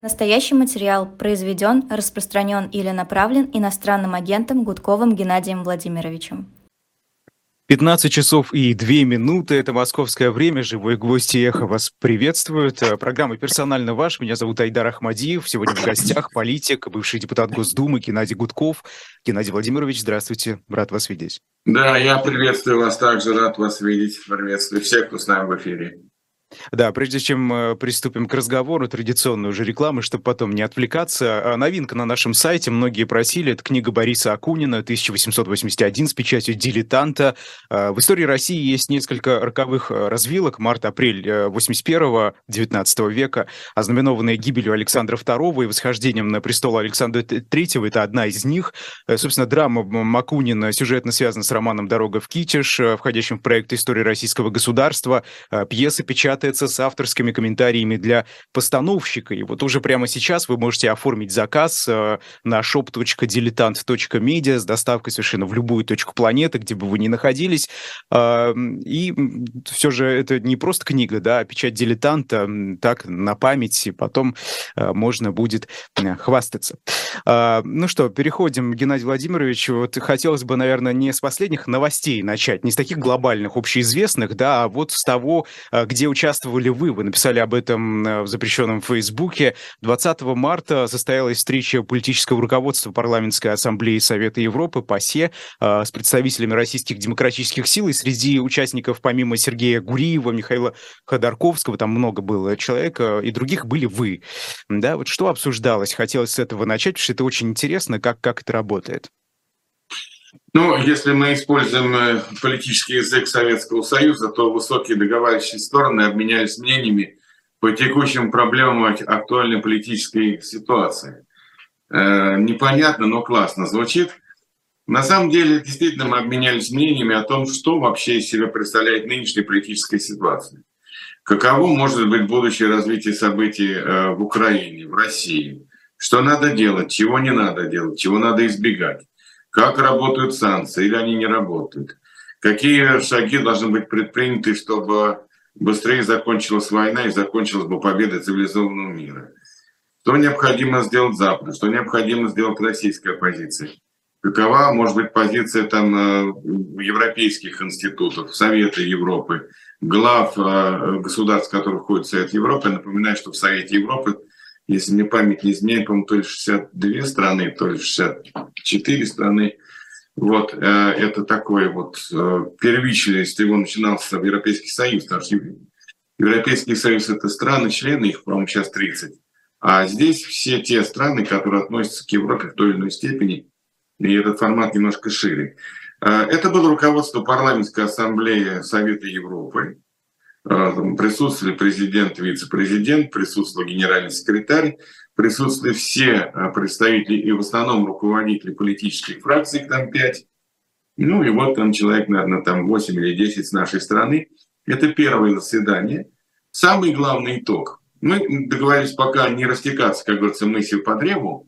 Настоящий материал произведен, распространен или направлен иностранным агентом Гудковым Геннадием Владимировичем. 15 часов и 2 минуты. Это московское время. Живой гвоздь и эхо вас приветствуют. Программа «Персонально ваш». Меня зовут Айдар Ахмадиев. Сегодня в гостях политик, бывший депутат Госдумы Геннадий Гудков. Геннадий Владимирович, здравствуйте. Рад вас видеть. Да, я приветствую вас также. Рад вас видеть. Приветствую всех, кто с нами в эфире. Да, прежде чем приступим к разговору, традиционную уже рекламы, чтобы потом не отвлекаться. Новинка на нашем сайте, многие просили, это книга Бориса Акунина, 1881, с печатью «Дилетанта». В истории России есть несколько роковых развилок, март-апрель 81-го, 19 века, ознаменованные гибелью Александра II и восхождением на престол Александра III, это одна из них. Собственно, драма Акунина сюжетно связана с романом «Дорога в Китеж», входящим в проект «История российского государства». Пьеса печатается с авторскими комментариями для постановщика. И вот уже прямо сейчас вы можете оформить заказ на shop.diletant.media с доставкой совершенно в любую точку планеты, где бы вы ни находились. И все же это не просто книга, да, а печать «Дилетанта», так, на память, и потом можно будет хвастаться. Ну что, переходим, Геннадий Владимирович. Вот хотелось бы, наверное, не с последних новостей начать, не с таких глобальных, общеизвестных, да, а вот с того, где участвовали вы. Вы написали об этом в запрещенном Фейсбуке. 20 марта состоялась встреча политического руководства Парламентской ассамблеи Совета Европы, ПАСЕ, с представителями российских демократических сил. И среди участников, помимо Сергея Гуриева, Михаила Ходорковского, там много было человек, и других были вы. Да, вот что обсуждалось? Хотелось с этого начать, потому что это очень интересно, как это работает. Ну, если мы используем политический язык Советского Союза, то высокие договаривающие стороны обменялись мнениями по текущим проблемам актуальной политической ситуации. Непонятно, но классно звучит. На самом деле, действительно, мы обменялись мнениями о том, что вообще из себя представляет нынешняя политическая ситуация. Каково может быть будущее развитие событий в Украине, в России. Что надо делать, чего не надо делать, чего надо избегать. Как работают санкции или они не работают. Какие шаги должны быть предприняты, чтобы быстрее закончилась война и закончилась бы победа цивилизованного мира. Что необходимо сделать Западу, что необходимо сделать российской оппозиции. Какова может быть позиция там европейских институтов, Совета Европы, глав государств, которые входят в Совет Европы. Я напоминаю, что в Совете Европы, если мне память не изменяет, по-моему, то ли 62 страны, то ли 64 страны. Вот это такой вот первичный, с его начинался Европейский Союз. Потому что Европейский Союз — это страны-члены, их, по-моему, сейчас 30. А здесь все те страны, которые относятся к Европе в той или иной степени, и этот формат немножко шире. Это было руководство Парламентской ассамблеи Совета Европы. Присутствовали президент, вице-президент, присутствовал генеральный секретарь, присутствовали все представители и в основном руководители политических фракций, там 5. Ну и вот там человек, наверное, там 8 или 10 с нашей стороны. Это первое заседание. Самый главный итог. Мы договорились пока не растекаться, как говорится, мыслью по древу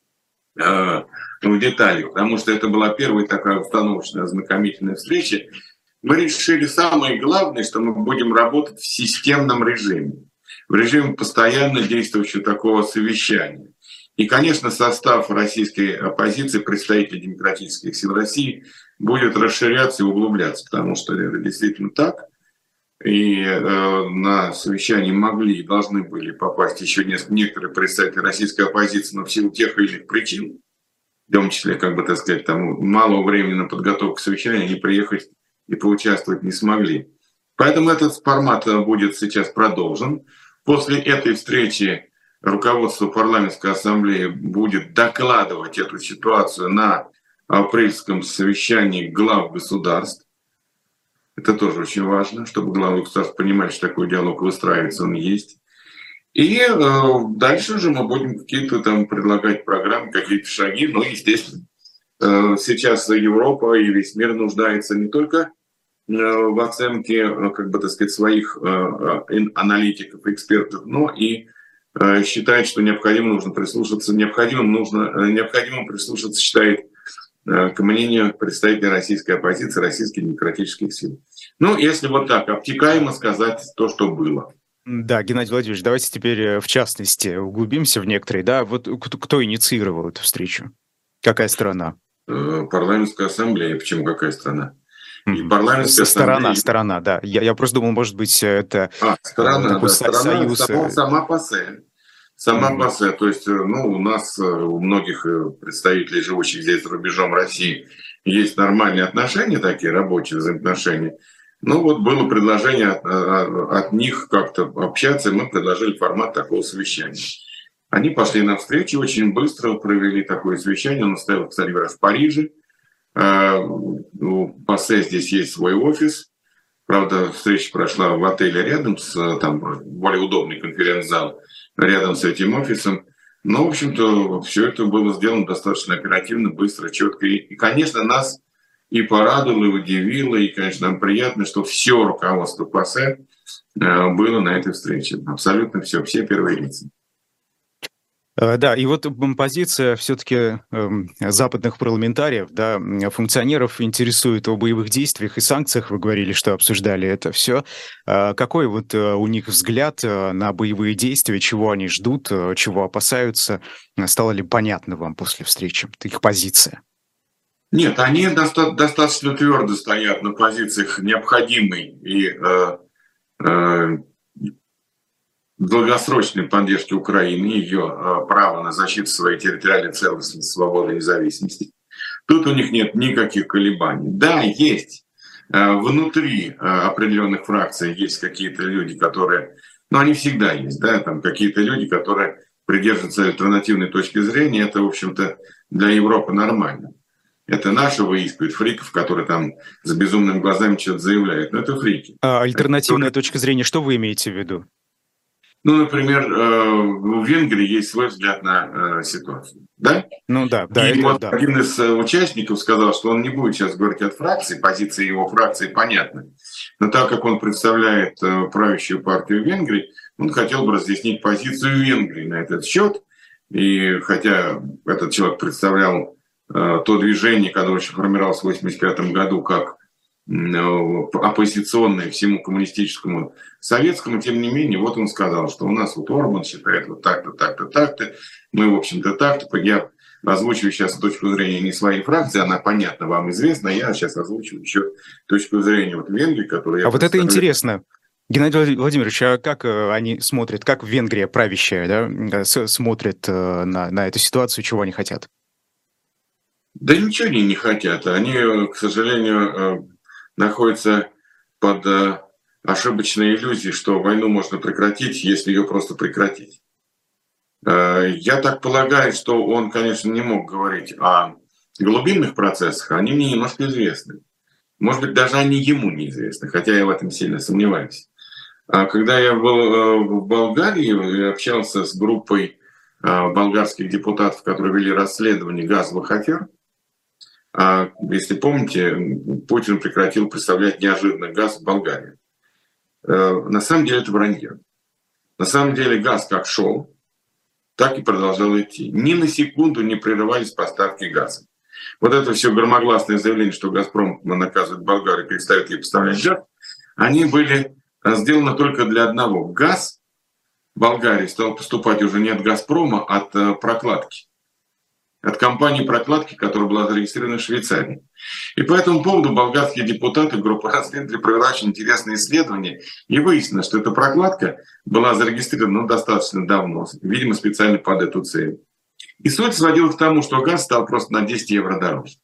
в детали, потому что это была первая такая установочная, ознакомительная встреча. Мы решили самое главное, что мы будем работать в системном режиме, в режиме постоянно действующего такого совещания. И, конечно, состав российской оппозиции, представителей демократических сил России, будет расширяться и углубляться, потому что это действительно так. И на совещание могли и должны были попасть еще некоторые представители российской оппозиции, но в силу тех или иных причин, в том числе, как бы так сказать, там малого времени на подготовку совещания, они приехать и поучаствовать не смогли. Поэтому этот формат будет сейчас продолжен. После этой встречи руководство Парламентской ассамблеи будет докладывать эту ситуацию на апрельском совещании глав государств. Это тоже очень важно, чтобы главы государств понимали, что такой диалог выстраивается, он есть. И дальше же мы будем какие-то там предлагать программы, какие-то шаги. Но, естественно, сейчас Европа и весь мир нуждается не только в оценке, как бы так сказать, своих аналитиков, экспертов, но и считает, что необходимо прислушаться, необходимо прислушаться, считает, к мнению представителей российской оппозиции, российских демократических сил. Ну, если вот так обтекаемо сказать то, что было. Да, Геннадий Владимирович, давайте теперь в частности углубимся в некоторые. Да, вот кто инициировал эту встречу? Какая страна? Парламентская ассамблея. Почему какая страна? И Мгм. парламентская Сторона, ассамблея... сторона, да. Я просто думал, может быть, это Страна, такой да, страна союз. сама по себе. Сама Мгм. по себе. То есть, ну, у нас, у многих представителей, живущих здесь за рубежом России, есть нормальные отношения, такие рабочие взаимоотношения. Ну, вот было предложение от них как-то общаться, и мы предложили формат такого совещания. Они пошли навстречу, очень быстро провели такое совещание. Он стоял, кстати говоря, в Париже. У ПАСЕ здесь есть свой офис. Правда, встреча прошла в отеле рядом с, там, более удобный конференц-зал, рядом с этим офисом. Но, в общем-то, все это было сделано достаточно оперативно, быстро, четко. И, конечно, нас и порадовало, и удивило, и, конечно, нам приятно, что все руководство ПАСЕ было на этой встрече. Абсолютно все первые лица. Да, и вот позиция все-таки западных парламентариев, да, функционеров интересует о боевых действиях и санкциях. Вы говорили, что обсуждали это все. Какой вот у них взгляд на боевые действия, чего они ждут, чего опасаются? Стало ли понятно вам после встречи их позиция? Нет, они достаточно твердо стоят на позициях необходимой и долгосрочной поддержки Украины, ее права на защиту своей территориальной целостности, свободы и независимости. Тут у них нет никаких колебаний. Да, есть внутри определенных фракций есть какие-то люди, которые, ну они всегда есть, да, там какие-то люди, которые придерживаются альтернативной точки зрения, это, в общем-то, для Европы нормально. Это наши выискивают фриков, которые там с безумными глазами что-то заявляют, но это фрики. Альтернативная точка зрения, что вы имеете в виду? Ну, например, в Венгрии есть свой взгляд на ситуацию. Да? Ну да, И это вот да. один из участников сказал, что он не будет сейчас говорить от фракции, позиция его фракции понятна. Но так как он представляет правящую партию Венгрии, он хотел бы разъяснить позицию Венгрии на этот счет. И хотя этот человек представлял то движение, которое еще формировалось в 1985 году как оппозиционное всему коммунистическому советскому, тем не менее, вот он сказал, что у нас вот Орбан считает вот так-то, так-то, так-то, мы, в общем-то, так-то. Я озвучиваю сейчас точку зрения не своей фракции, она, понятно, вам известна, я сейчас озвучиваю еще точку зрения вот Венгрии, которую я вот это интересно. Геннадий Владимирович, а как они смотрят, как Венгрия правящая, да, смотрит на эту ситуацию, чего они хотят? Да ничего они не хотят. Они, к сожалению, находятся под ошибочной иллюзией, что войну можно прекратить, если ее просто прекратить. Я так полагаю, что он, конечно, не мог говорить о глубинных процессах, они мне немножко известны. Может быть, даже они ему неизвестны, хотя я в этом сильно сомневаюсь. Когда я был в Болгарии и общался с группой болгарских депутатов, которые вели расследование газовых афер, если помните, Путин прекратил поставлять неожиданно газ в Болгарию. На самом деле это вранье. На самом деле газ как шел, так и продолжал идти. Ни на секунду не прерывались поставки газа. Вот это все громогласное заявление, что «Газпром» наказывает Болгарию, перестает ей поставлять газ, они были сделаны только для одного. Газ в Болгарии стал поступать уже не от «Газпрома», а от прокладки. От компании прокладки, которая была зарегистрирована в Швейцарии. И по этому поводу болгарские депутаты, группа расследователей провела очень интересное исследование, и выяснилось, что эта прокладка была зарегистрирована достаточно давно, видимо, специально под эту цель. И суть сводилась к тому, что газ стал просто на 10 евро дороже.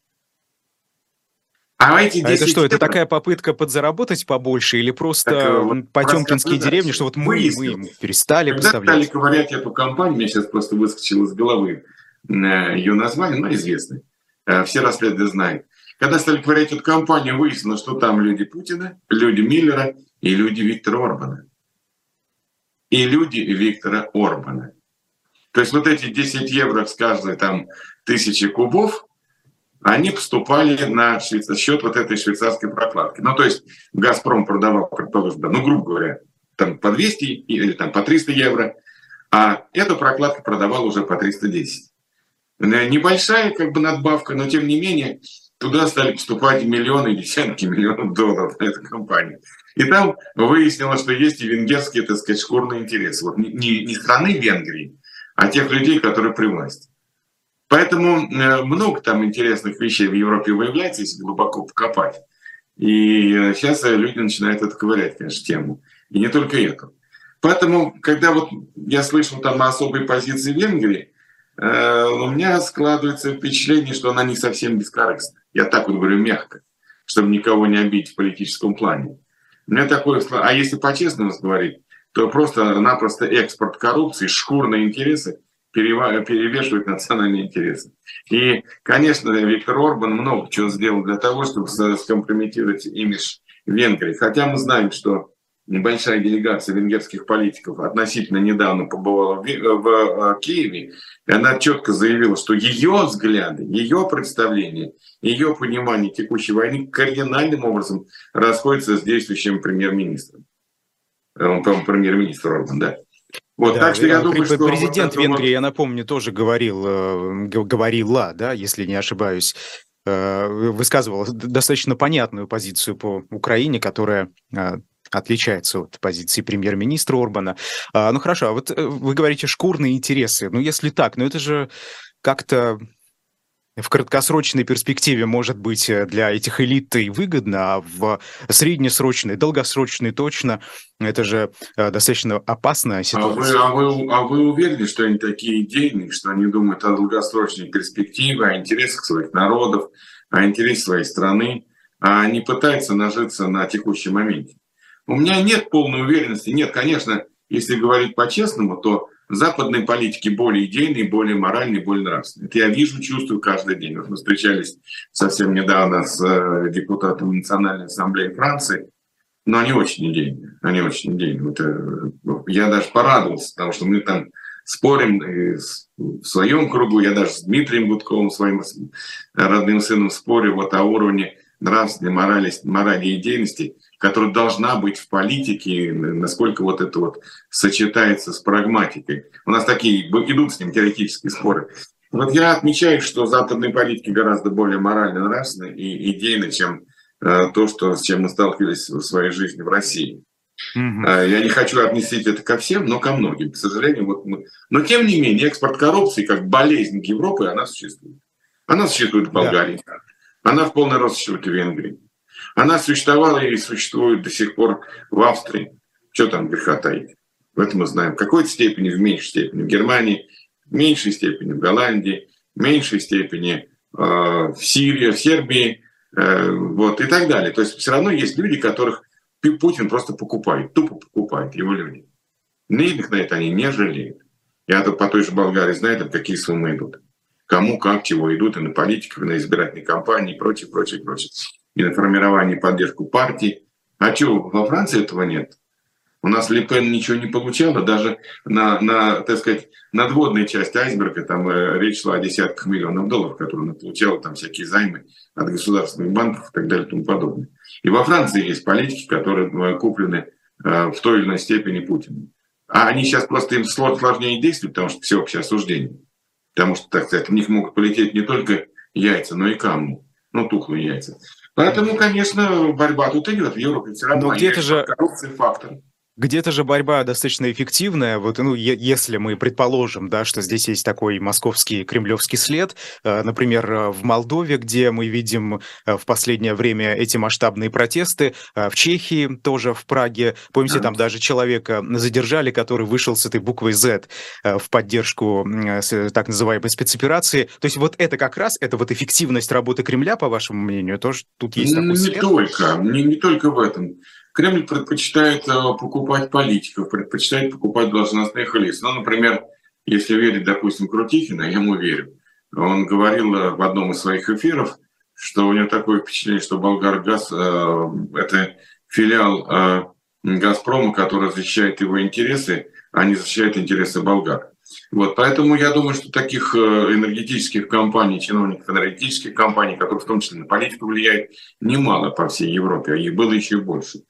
Это что, это такая попытка подзаработать побольше или просто потемкинские деревни, что вот мы перестали поставлять? Когда стали ковырять эту компанию, мне сейчас просто выскочило из головы ее название, но известно. Все расследователи знают. Когда стали ковырять эту компанию, выяснилось, что там люди Путина, люди Миллера и люди Виктора Орбана. И люди Виктора Орбана. То есть вот эти 10 евро с каждой там 1000 кубов, они поступали на счет вот этой швейцарской прокладки. Ну, то есть «Газпром» продавал, ну, грубо говоря, там по 200 или там по 300 евро, а эта прокладка продавала уже по 310. Небольшая как бы надбавка, но тем не менее туда стали поступать миллионы, десятки миллионов долларов на эту компанию. И там выяснилось, что есть и венгерские, так сказать, шкурные интересы. Вот не страны Венгрии, а тех людей, которые при власти. Поэтому много там интересных вещей в Европе выявляется, если глубоко покопать. И сейчас люди начинают это ковырять, конечно, тему. И не только это. Поэтому, когда вот я слышал там о особой позиции Венгрии, у меня складывается впечатление, что она не совсем бескорыстна. Я так вот говорю мягко, чтобы никого не обидеть в политическом плане. У меня такое, а если по-честному говорить, то просто-напросто экспорт коррупции, шкурные интересы перевешивают национальные интересы. И, конечно, Виктор Орбан много чего сделал для того, чтобы скомпрометировать имидж Венгрии. Хотя мы знаем, что небольшая делегация венгерских политиков относительно недавно побывала в Киеве, и она четко заявила, что ее взгляды, ее представления, ее понимание текущей войны кардинальным образом расходятся с действующим премьер-министром. Он, по-моему, премьер-министр Орбан, да. Вот, Да, так что я думаю, что президент Венгрии, я напомню, тоже говорила, да, если не ошибаюсь, высказывала достаточно понятную позицию по Украине, которая отличается от позиции премьер-министра Орбана. Ну хорошо, а вот вы говорите шкурные интересы. Ну если так, но это же как-то в краткосрочной перспективе может быть для этих элит и выгодно, а в среднесрочной, долгосрочной точно это же достаточно опасная ситуация. А вы уверены, что они такие идейные, что они думают о долгосрочной перспективе, о интересах своих народов, о интересах своей страны, а не пытаются нажиться на текущем моменте? У меня нет полной уверенности. Нет, конечно, если говорить по-честному, то западные политики более идейные, более моральные, более нравственные. Это я вижу, чувствую каждый день. Вот мы встречались совсем недавно с депутатом Национальной ассамблеи Франции, но они очень идейные. Они очень идейные. Я даже порадовался, потому что мы там спорим в своем кругу. Я даже с Дмитрием Гудковым, своим родным сыном, спорю вот о уровне нравственной морали и идейности, которая должна быть в политике, насколько вот это вот сочетается с прагматикой. У нас такие идут с ним теоретические споры. Вот я отмечаю, что западные политики гораздо более морально нравственны и идейны, чем то, с чем мы сталкивались в своей жизни в России. Я не хочу отнести это ко всем, но ко многим. К сожалению, но тем не менее, экспорт коррупции как болезнь Европы, она существует. Она существует в Болгарии. Да. Она в полный рост существует в Венгрии. Она существовала и существует до сих пор в Австрии. Что там греха таить? В этом мы знаем. В какой-то степени, в меньшей степени в Германии, в меньшей степени в Голландии, в меньшей степени в Сирии, в Сербии, вот, и так далее. То есть все равно есть люди, которых Путин просто покупает, тупо покупает, его люди. Денег на это они не жалеют. Я тут по той же Болгарии знаю, какие суммы идут. Кому, как, чего идут, и на политиков, и на избирательные кампании, и прочее, прочее, прочее. И на формирование и поддержку партий. А чего, во Франции этого нет? У нас Ле Пен ничего не получала, даже на так сказать, надводной части айсберга, там речь шла о десятках миллионов долларов, которые она получала, там всякие займы от государственных банков и так далее и тому подобное. И во Франции есть политики, которые куплены в той или иной степени Путиным. А они сейчас просто им сложнее действуют, потому что всеобщее осуждение. Потому что, так сказать, в них могут полететь не только яйца, но и камни. Ну, тухлые яйца. Поэтому, конечно, борьба тут идет. В Европе все равно коррупция фактор. Где-то же борьба достаточно эффективная. Вот, ну, если мы предположим, да, что здесь есть такой московский кремлевский след, например, в Молдове, где мы видим в последнее время эти масштабные протесты, в Чехии тоже, в Праге, помните, там даже человека задержали, который вышел с этой буквой Z в поддержку так называемой спецоперации. То есть вот это как раз, это вот эффективность работы Кремля, по вашему мнению, тоже тут есть такой след? Не только в этом. Кремль предпочитает покупать политиков, предпочитает покупать должностных лиц. Ну, например, если верить, допустим, Крутихину, я ему верю. Он говорил в одном из своих эфиров, что у него такое впечатление, что Болгаргаз – это филиал Газпрома, который защищает его интересы, а не защищает интересы болгар. Вот, поэтому я думаю, что таких энергетических компаний, чиновников энергетических компаний, которые в том числе на политику влияют, немало по всей Европе, а их было еще больше.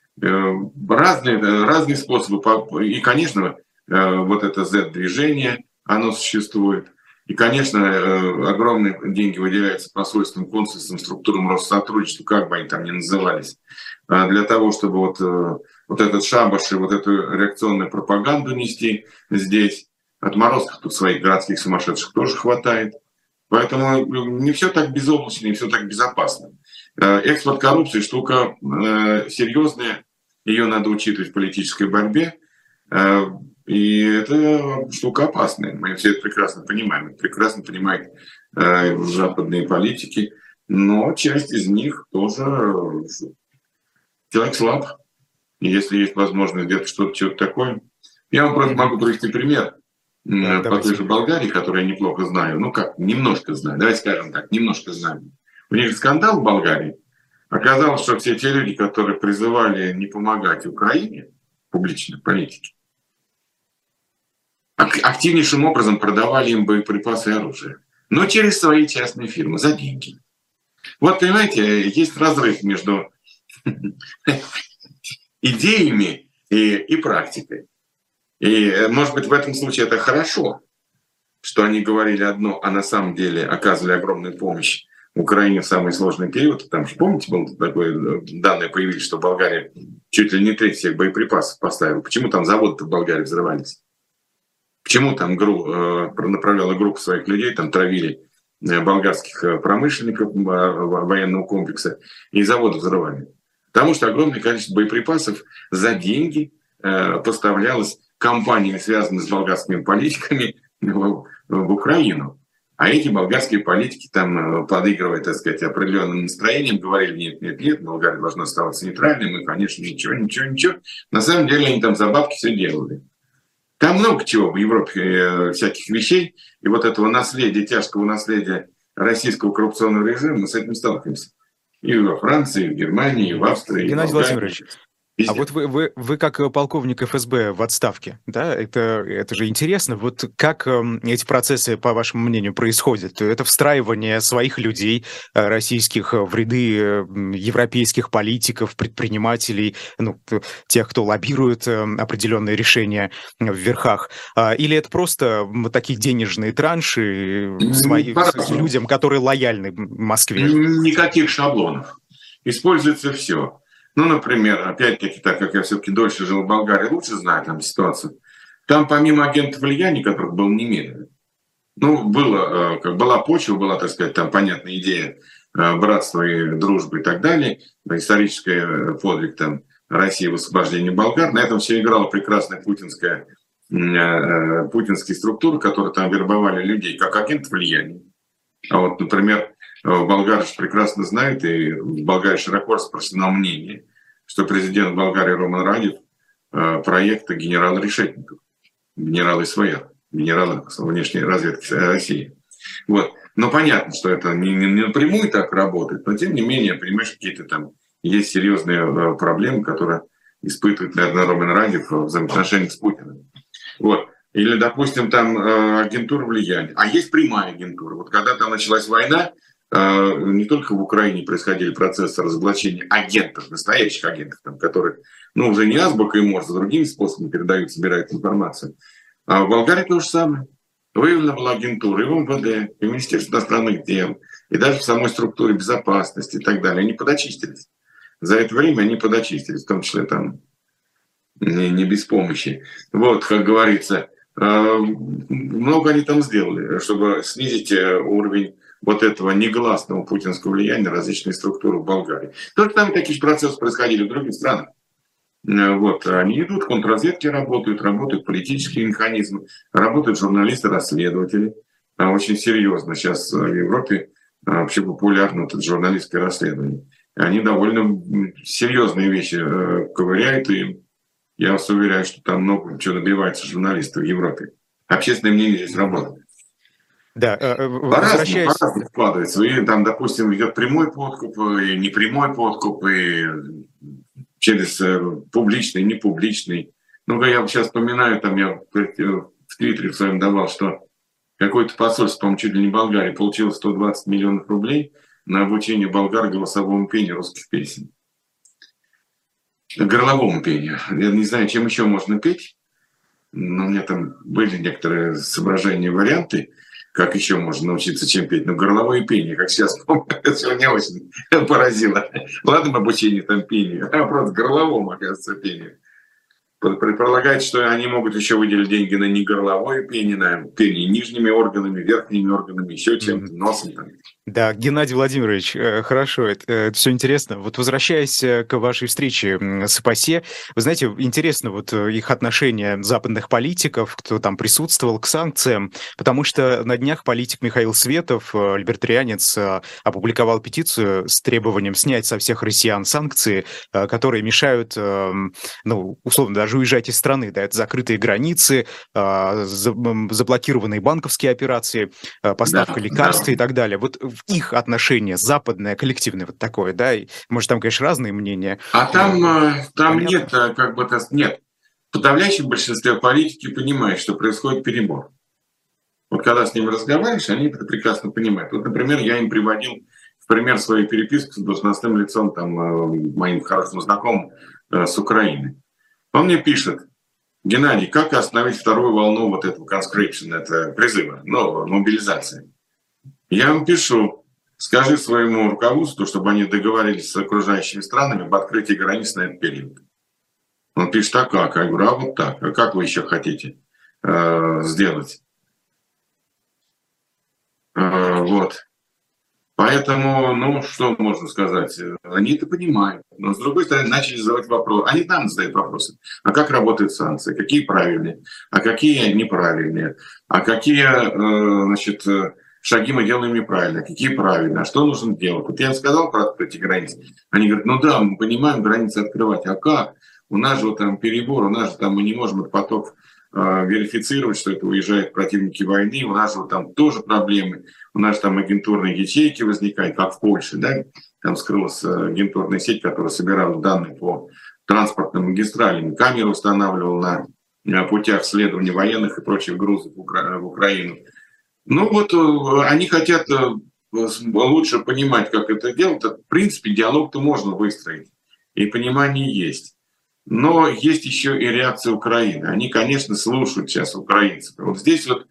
Разные способы. И, конечно, вот это Z-движение, оно существует. И, конечно, огромные деньги выделяются посольствам, консульствам, структурам Россотрудничества, как бы они там ни назывались, для того, чтобы вот этот шабаш и вот эту реакционную пропаганду нести здесь. Отморозков тут своих городских сумасшедших тоже хватает. Поэтому не все так безоблачно, не все так безопасно. Экспорт коррупции штука серьезная, ее надо учитывать в политической борьбе. И это штука опасная. Мы все это прекрасно понимаем. Это прекрасно понимают западные политики. Но часть из них тоже человек слаб. И если есть возможность где-то что-то такое. Я вам просто могу привести пример по той же Болгарии, которую я неплохо знаю. Ну как, немножко знаю. Давайте скажем так, немножко знаю. У них скандал в Болгарии. Оказалось, что все те люди, которые призывали не помогать Украине, публичной политике, активнейшим образом продавали им боеприпасы и оружие. Но через свои частные фирмы, за деньги. Вот, понимаете, есть разрыв между идеями и практикой. И, может быть, в этом случае это хорошо, что они говорили одно, а на самом деле оказывали огромную помощь Украине в самый сложный период. Там же, помните, было такое данные появились, что Болгария чуть ли не треть всех боеприпасов поставила. Почему там заводы в Болгарии взрывались? Почему там направляла группа своих людей, там травили болгарских промышленников военного комплекса и заводы взрывали? Потому что огромное количество боеприпасов за деньги поставлялось компаниями, связанными с болгарскими политиками, в Украину. А эти болгарские политики там, подыгрывая, так сказать, определенным настроением, говорили, нет, Болгария должна оставаться нейтральной, мы, конечно, ничего. На самом деле они там за бабки все делали. Там много чего в Европе, всяких вещей, и вот этого наследия, тяжкого наследия российского коррупционного режима, мы с этим сталкиваемся. И во Франции, и в Германии, и в Австрии, Геннадий и в Болгарии. Владимирович, а вот вы как полковник ФСБ в отставке, да, это же интересно. Вот как эти процессы, по вашему мнению, происходят? Это встраивание своих людей, российских, в ряды европейских политиков, предпринимателей, ну, тех, кто лоббирует определенные решения в верхах? Или это просто такие денежные транши с людям, которые лояльны Москве? Никаких шаблонов. Используется все. Ну, например, опять-таки, так как я все-таки дольше жил в Болгарии, лучше знаю там ситуацию. Там помимо агентов влияния, которых было немерено, ну, была почва, была, так сказать, там понятная идея братства и дружбы и так далее, исторический подвиг там России в освобождении болгар. На этом все играла прекрасная путинские структуры, которые там вербовали людей как агентов влияния. А вот, например, болгары прекрасно знают, и в Болгарии широко распространено мнение, что президент Болгарии Роман Радев проекта генерала Решетников, генерала СВР, генерала внешней разведки России. Вот. Но понятно, что это не напрямую так работает, но тем не менее, понимаешь, какие-то там есть серьезные проблемы, которые испытывает, наверное, Роман Радев в взаимоотношениях с Путиным. Вот. Или, допустим, там агентура влияния. А есть прямая агентура. Вот когда там началась война, не только в Украине происходили процессы разоблачения агентов, настоящих агентов, там, которые, ну, уже не азбукой и морс, а другими способами передают, собирают информацию. А в Болгарии то же самое. Выявлена была агентура и в МВД, и в Министерстве иностранных дел, и даже в самой структуре безопасности и так далее. Они подочистились. За это время они подочистились, в том числе там не без помощи. Вот, как говорится, много они там сделали, чтобы снизить уровень вот этого негласного путинского влияния на различные структуры в Болгарии. Тоже там такие же процессы происходили в других странах. Вот, они идут, контрразведки работают политические механизмы, работают журналисты-расследователи. Очень серьезно сейчас в Европе вообще популярно это журналистское расследование. Они довольно серьезные вещи ковыряют, и я вас уверяю, что там много чего добиваются журналисты в Европе. Общественное мнение здесь работает. Да, по-разному складывается. И там, допустим, идет прямой подкуп, и непрямой подкуп, и через публичный, непубличный. Ну, я сейчас вспоминаю, там я в Твиттере в своем давал, что какое-то посольство, по-моему, чуть ли не Болгарии, получило 120 миллионов рублей на обучение болгар голосовому пению русских песен. Горловому пению. Я не знаю, чем еще можно петь, но у меня там были некоторые соображения, варианты. как еще можно научиться чем петь? Ну, горловое пение, как сейчас помню, это меня очень поразило. Ладно, обучение там пению, а просто горловому, оказывается, пению. Предполагается, что они могут еще выделить деньги на негорловое пение, на пение нижними органами, верхними органами, еще чем-то, носом. Там. Да, Геннадий Владимирович, хорошо, это все интересно. Вот возвращаясь к вашей встрече с ПАСЕ, вы знаете, интересно вот их отношение западных политиков, кто там присутствовал, к санкциям, потому что на днях политик Михаил Светов, либертарианец, опубликовал петицию с требованием снять со всех россиян санкции, которые мешают, ну, условно, даже уезжать из страны. Да, это закрытые границы, заблокированные банковские операции, поставка лекарств и так далее. Вот их отношение западное, коллективное вот такое, да, и, может, там, конечно, разные мнения. А там нет, как бы, нет. В подавляющем большинстве политики понимают, что происходит перебор. Вот когда с ними разговариваешь, они это прекрасно понимают. Вот, например, я им приводил в пример свою переписку с должностным лицом, там, моим хорошим знакомым с Украины. Он мне пишет: Геннадий, как остановить вторую волну вот этого conscription, это призыва, мобилизации? Я вам пишу: скажи своему руководству, чтобы они договорились с окружающими странами об открытии границ на этот период. Он пишет: а как? Я говорю: а вот так. А как вы еще хотите сделать? Вот. Поэтому, ну, что можно сказать? Они это понимают. Но, с другой стороны, начали задавать вопросы. Они нам задают вопросы. А как работают санкции? Какие правильные? А какие неправильные? А какие, значит, шаги мы делаем неправильно? Какие правильные? А что нужно делать? Вот я им сказал про эти границы. Они говорят: ну да, мы понимаем, границы открывать. А как? У нас же вот там перебор, у нас же там мы не можем этот поток верифицировать, что это уезжают противники войны, у нас вот там тоже проблемы, у нас там агентурные ячейки возникают, как в Польше, да, там скрылась агентурная сеть, которая собирала данные по транспортным магистралям, камеры устанавливала на путях следования военных и прочих грузов в Украину. Ну вот они хотят лучше понимать, как это делать. В принципе, диалог-то можно выстроить, и понимание есть. Но есть еще и реакция Украины. Они, конечно, слушают сейчас украинцев. Вот здесь вот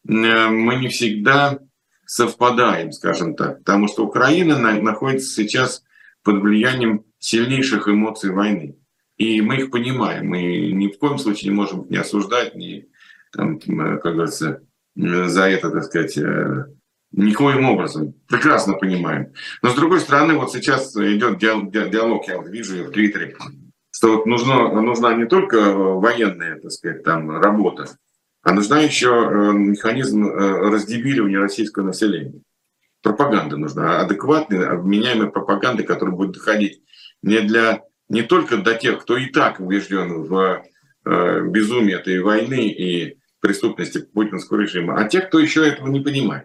мы не всегда совпадаем, скажем так, потому что Украина находится сейчас под влиянием сильнейших эмоций войны. И мы их понимаем. Мы ни в коем случае не можем их не осуждать, ни, там, как говорится, за это, так сказать, никоим образом. Прекрасно понимаем. Но, с другой стороны, вот сейчас идет диалог, я вот вижу в Твиттере, что вот нужна не только военная, так сказать, там, работа, а нужна еще механизм раздебиливания российского населения. Пропаганда нужна, адекватная, обменяемая пропаганда, которая будет доходить не только до тех, кто и так убежден в безумии этой войны и преступности путинского режима, а тех, кто еще этого не понимает.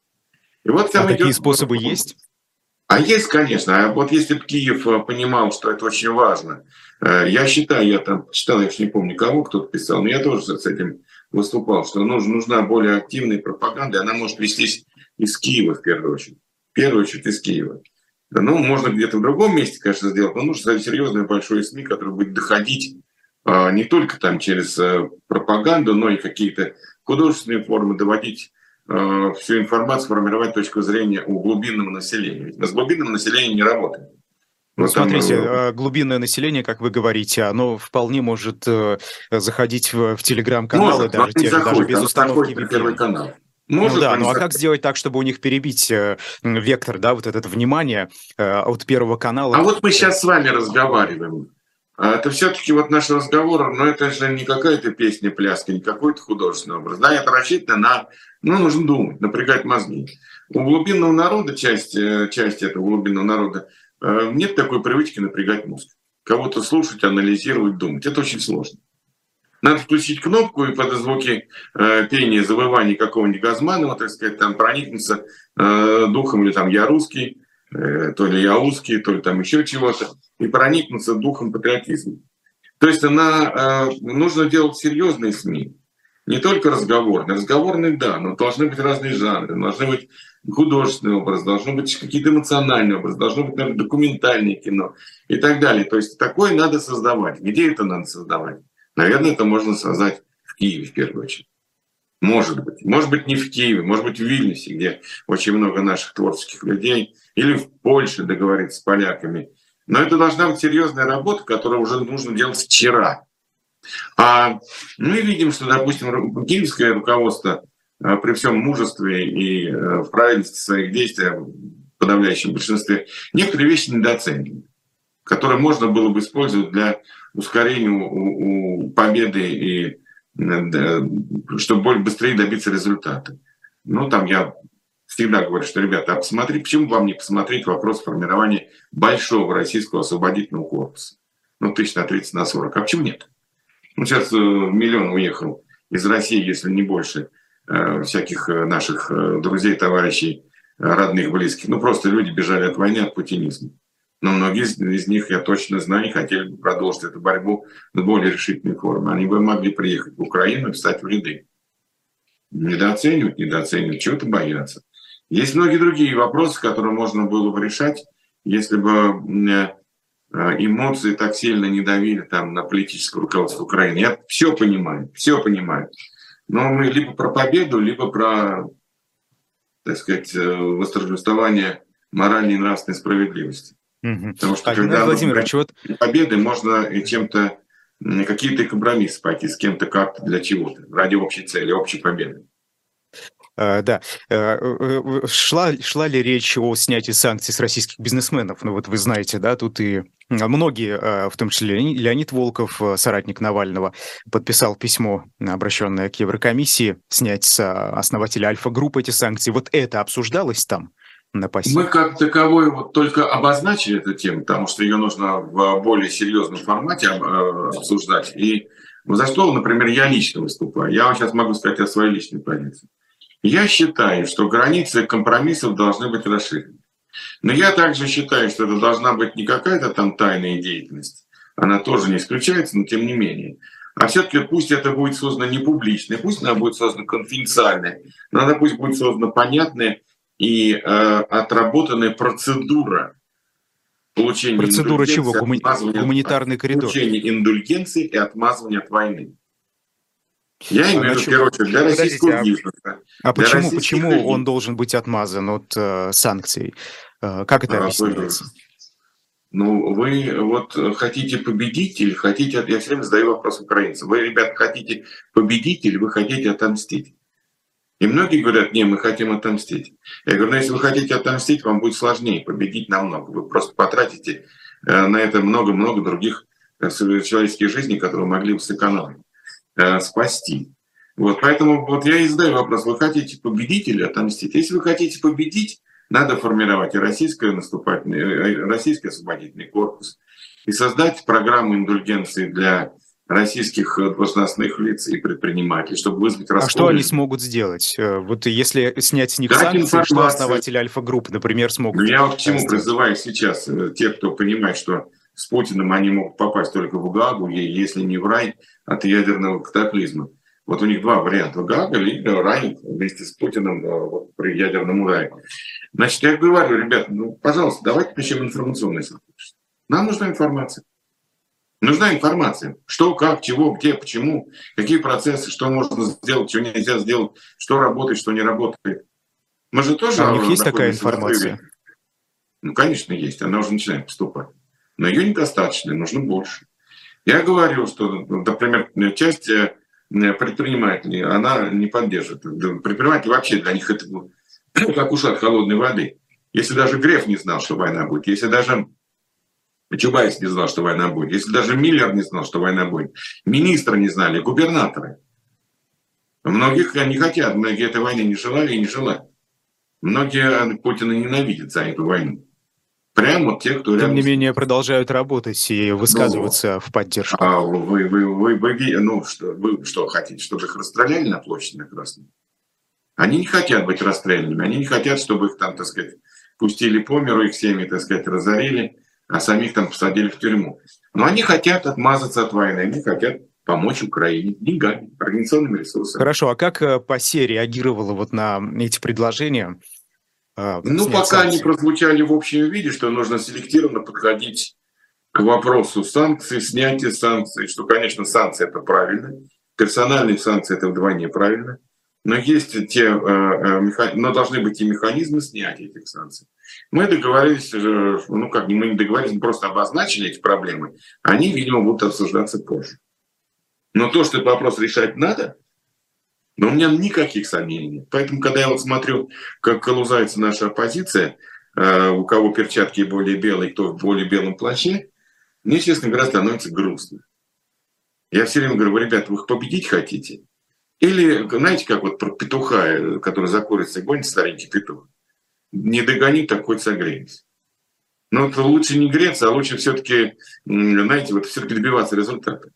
И вот там такие способы есть? А есть, конечно. А вот если бы Киев понимал, что это очень важно, я считаю, я там читал, я уж не помню кого, кто-то писал, но я тоже с этим выступал, что нужна более активная пропаганда, и она может вестись из Киева в первую очередь. В первую очередь из Киева. Ну, можно где-то в другом месте, конечно, сделать, но нужно создать серьезное большое СМИ, которое будет доходить не только там через пропаганду, но и какие-то художественные формы, доводить всю информацию, формировать точку зрения у глубинного населения. Ведь мы с глубинным населением не работаем. Ну, смотрите, глубинное население, как вы говорите, оно вполне может заходить в телеграм-каналы, даже без установки VPN. Первый канал. Может, ну а как сделать так, чтобы у них перебить вектор, да, вот это внимание от Первого канала? А вот мы сейчас с вами разговариваем. Это все-таки вот наш разговор, но это же не какая-то песня, пляска, не какой-то художественный образ. Да, это рассчитано на, нужно думать, напрягать мозги. У глубинного народа, часть этого глубинного народа, нет такой привычки напрягать мозг. Кого-то слушать, анализировать, думать. Это очень сложно. Надо включить кнопку и под звуки пения, завывания какого-нибудь Газманова, так сказать, там проникнуться духом, или там я русский, то ли я узкий, то ли там еще чего-то, и проникнуться духом патриотизма. То есть нужно делать серьезные СМИ, не только разговорные. Разговорные, да, но должны быть разные жанры, должны быть художественный образ, должны быть какие-то эмоциональные образы, должно быть, наверное, документальное кино и так далее. То есть такое надо создавать. Где это надо создавать? Наверное, это можно создать в Киеве в первую очередь. Может быть. Может быть, не в Киеве, может быть, в Вильнюсе, где очень много наших творческих людей, или в Польше договориться с поляками. Но это должна быть серьезная работа, которую уже нужно делать вчера. А мы видим, что, допустим, киевское руководство при всем мужестве и в правильности своих действий, в подавляющем большинстве, некоторые вещи недооценены, которые можно было бы использовать для ускорения у победы и чтобы более быстрее добиться результата. Ну, там я всегда говорю, что, ребята, а посмотри, почему вам не посмотреть вопрос формирования большого российского освободительного корпуса? Ну, 30 на 40. А почему нет? Ну, сейчас миллион уехал из России, если не больше, всяких наших друзей, товарищей, родных, близких. Ну, просто люди бежали от войны, от путинизма. Но многие из них, я точно знаю, хотели бы продолжить эту борьбу в более решительной форме. Они бы могли приехать в Украину и встать в ряды. Недооценивают, чего-то боятся. Есть многие другие вопросы, которые можно было бы решать, если бы эмоции так сильно не давили там на политическое руководство Украины. Я все понимаю. Но мы либо про победу, либо про, так сказать, восторжествование моральной и нравственной справедливости. Потому что когда победы можно чем-то, какие-то компромиссы пойти с кем-то как-то для чего-то, ради общей цели, общей победы. Да. Шла ли речь о снятии санкций с российских бизнесменов? Ну вот вы знаете, да, тут и многие, в том числе Леонид Волков, соратник Навального, подписал письмо, обращенное к Еврокомиссии, снять с основателя Альфа-групп эти санкции. Вот это обсуждалось там? Мы как таковой вот только обозначили эту тему, потому что ее нужно в более серьезном формате обсуждать. И за что, например, я лично выступаю. Я вам сейчас могу сказать о своей личной позиции. Я считаю, что границы компромиссов должны быть расширены. Но я также считаю, что это должна быть не какая-то там тайная деятельность. Она тоже не исключается, но тем не менее. А все-таки пусть это будет создано не публично, пусть она будет создана конфиденциально, но она пусть будет создана понятная и отработанная процедура получения процедура чего? Гуманитарный коридор. Получения индульгенции и отмазывания от войны. Я имею в виду, в первую очередь, для российского бизнеса. А почему он должен быть отмазан от санкций? Как это объясняется? Ну, вы вот хотите победить или хотите... Я все время задаю вопрос украинцам. Вы, ребята, хотите победить или вы хотите отомстить? И многие говорят, не, мы хотим отомстить. Я говорю, ну если вы хотите отомстить, вам будет сложнее победить намного. Вы просто потратите на это много-много других человеческих жизней, которые могли бы сэкономить, спасти. Вот, поэтому вот я и задаю вопрос, вы хотите победить или отомстить? Если вы хотите победить, надо формировать и российский освободительный корпус, и создать программу индульгенции для российских должностных лиц и предпринимателей, чтобы вызвать раскол. А что они смогут сделать? Вот если снять с них санкции, что основатели Альфа-группы, например, смогут... Я вот к чему призываю сейчас тех, кто понимает, что с Путиным они могут попасть только в Гаагу, если не в рай от ядерного катаклизма. Вот у них два варианта: Гаага или рай вместе с Путиным вот, при ядерном ударе. Значит, я говорю, ребят, ну, пожалуйста, давайте начнем информационное сотрудничество. Нам нужна информация. Нужна информация. Что, как, чего, где, почему, какие процессы, что можно сделать, чего нельзя сделать, что работает, что не работает. Мы же тоже... А у них есть такая информация? Ну, конечно, есть. Она уже начинает поступать. Но ее недостаточно, нужно больше. Я говорю, что, например, часть предпринимателей, она не поддерживает. Предприниматели вообще для них это как ушат холодной воды. Если даже Греф не знал, что война будет, если даже Чубайс не знал, что война будет, если даже Миллер не знал, что война будет, министры не знали, губернаторы. Многих не хотят, многие этой войны не желали и не желают. Многие Путина ненавидят за эту войну. Прямо вот те, кто... Тем не менее, продолжают работать и высказываться в поддержку. А вы что хотите, чтобы их расстреляли на площади на Красной? Они не хотят быть расстрелянными, они не хотят, чтобы их там, так сказать, пустили по миру, их семьи, так сказать, разорили, а самих там посадили в тюрьму. Но они хотят отмазаться от войны, они хотят помочь Украине деньгами, организационными ресурсами. Хорошо, а как ПАСЕ реагировала вот на эти предложения? Ну, пока они прозвучали в общем виде, что нужно селектированно подходить к вопросу санкций, снятия санкций, что, конечно, санкции – это правильно, персональные санкции – это вдвойне правильно. но есть но должны быть и механизмы снятия этих санкций. Мы договорились, мы не договорились, мы просто обозначили эти проблемы. Они, видимо, будут обсуждаться позже. Но то, что этот вопрос решать надо, но у меня никаких сомнений нет. Поэтому, когда я смотрю, как колузается наша оппозиция, у кого перчатки более белые, кто в более белом плаще, мне, честно говоря, становится грустно. Я все время говорю: ребята, вы их победить хотите? Или, знаете, как вот про петуха, который за курицей гонит, старенький петух. Не догонит, так хоть согреется. Но вот лучше не греться, а лучше все-таки, знаете, вот все-таки добиваться результата.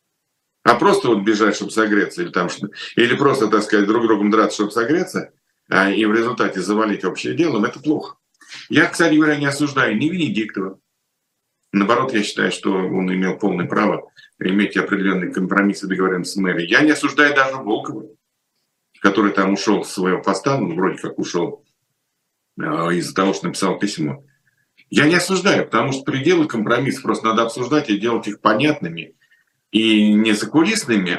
А просто вот бежать, чтобы согреться, или просто, так сказать, друг другом драться, чтобы согреться, и в результате завалить общее дело, это плохо. Я, кстати говоря, не осуждаю ни Венедиктова. Наоборот, я считаю, что он имел полное право иметь определенные компромиссы, договоренности с мэрией. Я не осуждаю даже Волкова, который там ушел с своего поста, вроде как ушел из-за того, что написал письмо. Я не осуждаю, потому что пределы компромиссов просто надо обсуждать и делать их понятными и не закулисными,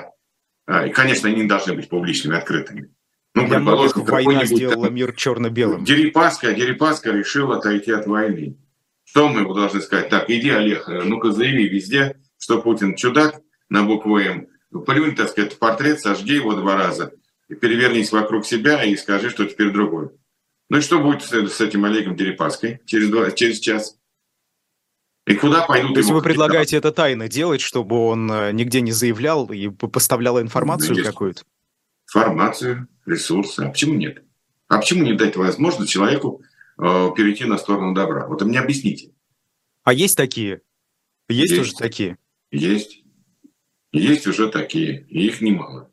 конечно, они не должны быть публичными, открытыми. Для многих война сделала мир черно-белым. Дерипаска решил отойти от войны. Что мы ему должны сказать? Так, иди, Олег, ну-ка заяви везде, что Путин чудак на букву «М». Плюнь, так сказать, в портрет, сожги его 2 раза, и перевернись вокруг себя и скажи, что теперь другой. Ну и что будет с этим Олегом Дерипаской через час? И куда пойдут? То есть вы предлагаете это тайно делать, чтобы он нигде не заявлял и поставлял информацию какую-то? Информацию, ресурсы. А почему нет? А почему не дать возможность человеку перейти на сторону добра? Вот мне объясните. А есть такие? Есть уже такие? Есть. Есть уже такие. И их немало.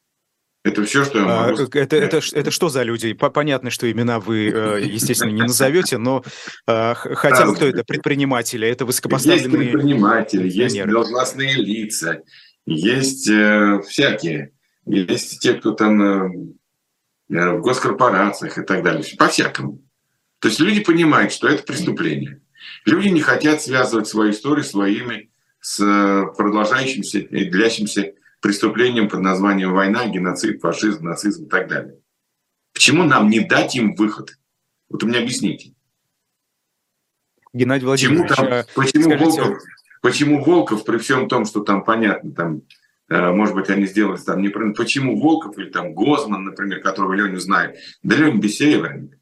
Это все, что я могу сказать. Это что за люди? Понятно, что имена вы, естественно, не назовете, но хотя бы кто это? Предприниматели? Это высокопоставленные... Есть предприниматели, есть должностные лица, есть всякие. Есть те, кто там в госкорпорациях и так далее. По-всякому. То есть люди понимают, что это преступление. Люди не хотят связывать свою историю своими с продолжающимся и длящимся преступлением под названием война, геноцид, фашизм, нацизм и так далее. Почему нам не дать им выход? Вот вы мне объясните. Геннадий Владимирович, почему Волков, при всем том, что там понятно, там, может быть, они сделали там неправильно, почему Волков или там Гозман, например, которого Леню знает, да Леня Бесеева,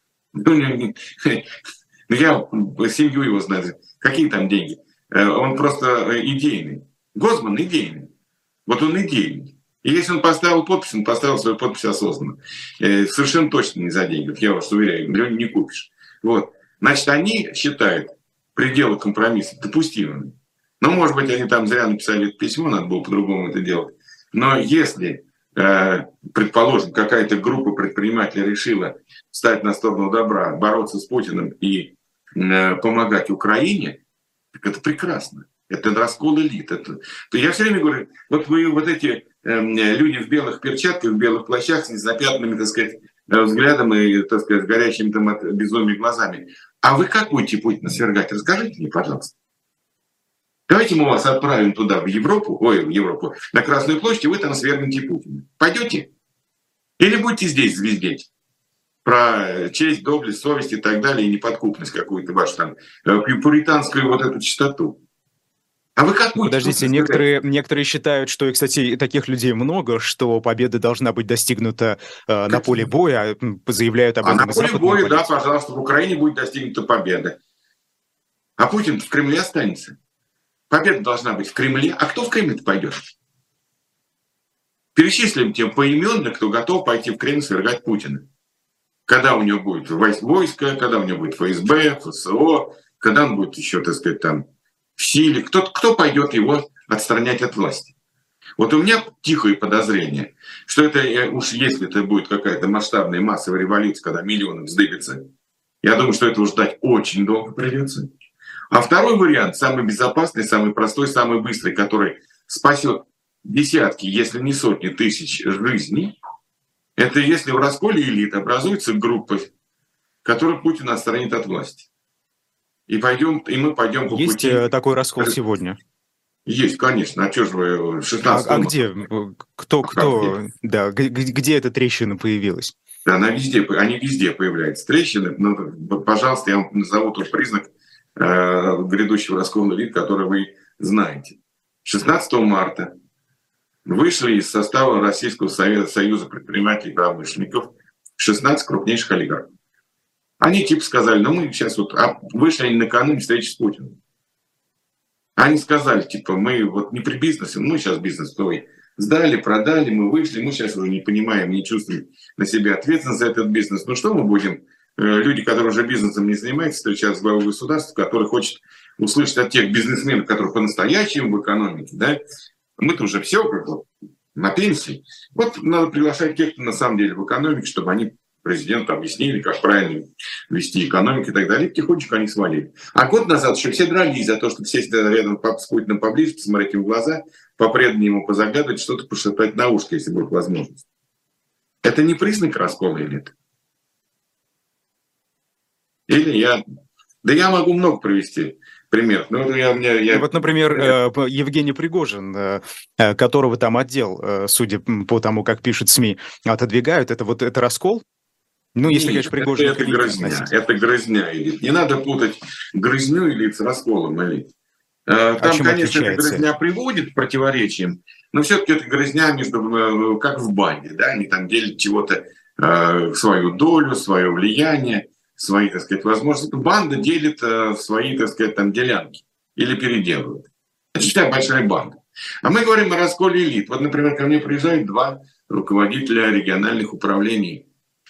я семью его знаю, какие там деньги? Он просто идейный. Гозман идейный. Вот он идейный. И если он поставил подпись, он поставил свою подпись осознанно. Совершенно точно не за деньги. Я вас уверяю, Леню не купишь. Вот. Значит, они считают пределы компромисса допустимыми. Ну, может быть, они там зря написали это письмо, надо было по-другому это делать. Но если, предположим, какая-то группа предпринимателей решила встать на сторону добра, бороться с Путиным и помогать Украине, так это прекрасно. Это раскол элит. Я все время говорю, вот вы вот эти люди в белых перчатках, в белых плащах с незапятнанными, так сказать, взглядом и, так сказать, горящими там от безумия глазами. А вы как будете Путина свергать? Расскажите мне, пожалуйста. Давайте мы вас отправим туда, в Европу, на Красную площадь, и вы там свергнете Путина. Пойдете? Или будете здесь звездеть? Про честь, доблесть, совесть и так далее, и неподкупность какую-то вашу там, пуританскую вот эту чистоту. А вы как будете? Подождите, некоторые считают, что, и, кстати, таких людей много, что победа должна быть достигнута на поле боя, заявляют об этом. На поле боя, да, пожалуйста, в Украине будет достигнута победа. А Путин в Кремле останется. Победа должна быть в Кремле. А кто в Кремль пойдет? Перечислим тем поименно, кто готов пойти в Кремль свергать Путина. Когда у него будет войско, когда у него будет ФСБ, ФСО, когда он будет еще, так сказать, там в силе. Кто пойдет его отстранять от власти? Вот у меня тихое подозрение, что это уж если это будет какая-то масштабная массовая революция, когда миллионы вздыбятся, я думаю, что это ждать очень долго придется. А второй вариант, самый безопасный, самый простой, самый быстрый, который спасет десятки, если не сотни тысяч жизней, это если в расколе элит образуется группа, которую Путин отстранит от власти. И мы пойдем по пути... Есть такой раскол сегодня? Есть, конечно. А что же вы 16 А где? Да, где эта трещина появилась? Да, они везде появляются. Трещины, пожалуйста, я вам назову тот признак грядущего раскола элит, который вы знаете. 16 марта вышли из состава Российского союза предпринимателей и промышленников 16 крупнейших олигархов. Они типа сказали, мы сейчас вышли они накануне встречи с Путиным. Они сказали, типа, мы не при бизнесе, мы сейчас бизнес твой сдали, продали, мы вышли, мы сейчас уже не понимаем, не чувствуем на себя ответственность за этот бизнес. Ну что мы будем, люди, которые уже бизнесом не занимаются, встречаться с главой государства, который хочет услышать от тех бизнесменов, которые по-настоящему в экономике, да, мы-то уже все на пенсии. Надо приглашать тех, кто на самом деле в экономике, чтобы они президенту объяснили, как правильно вести экономику и так далее. И потихонечку они свалили. А год назад еще все дрались за то, чтобы сесть рядом с Путиным поближе, посмотреть ему в глаза, по-преданному ему позагадывать, что-то пошептать на ушко, если будет возможность. Это не признак раскола элит? Или я могу много привести примеров. Например, Евгений Пригожин, которого там отдел, судя по тому, как пишут СМИ, отодвигают, это раскол? Если, конечно, Пригожин... Это грызня. Это грызня элит. Не надо путать грызню элит с расколом элит. Там, конечно, эта грызня приводит к противоречиям, но все-таки это грызня как в банде. Да? Они там делят чего-то, свою долю, свое влияние, свои, так сказать, возможности. Банда делит свои, так сказать, там делянки или переделывает. Это считай большая банда. А мы говорим о расколе элит. Например, ко мне приезжают 2 руководителя региональных управлений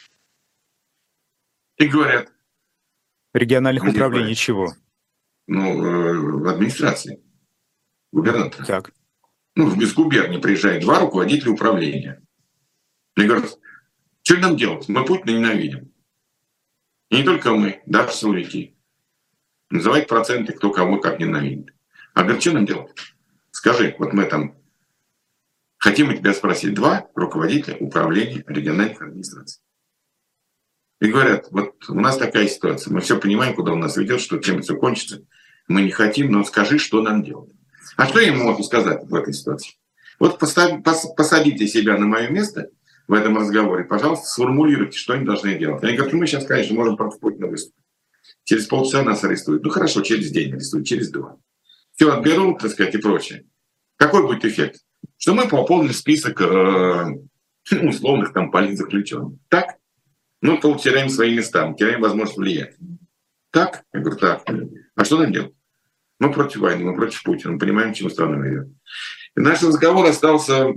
и говорят... Региональных управлений чего? В администрации. Губернатора. Так. В безгубернии приезжают 2 руководителя управления. И говорят, что нам делать? Мы Путина ненавидим. И не только мы, даже силовики. Называть проценты, кто кого как ненавидит. А говорит, что нам делать? Скажи, мы там хотим у тебя спросить 2 руководителя управления региональных администраций. И говорят, у нас такая ситуация, мы все понимаем, куда у нас ведет, что чем все кончится, мы не хотим, но скажи, что нам делать. А что я ему могу сказать в этой ситуации? Посадите себя на мое место в этом разговоре, пожалуйста, сформулируйте, что они должны делать. Они говорят, мы сейчас, конечно, можем против Путина выступить. Через полчаса нас арестуют. Хорошо, через день арестуют, через 2. Все отберут, так сказать, и прочее. Какой будет эффект? Что мы пополнили список условных там политзаключенных. Так? Теряем свои места, мы теряем возможность влиять. Так? Я говорю, так. А что нам делать? Мы против войны, мы против Путина, мы понимаем, к чему страна ведет. И наш разговор остался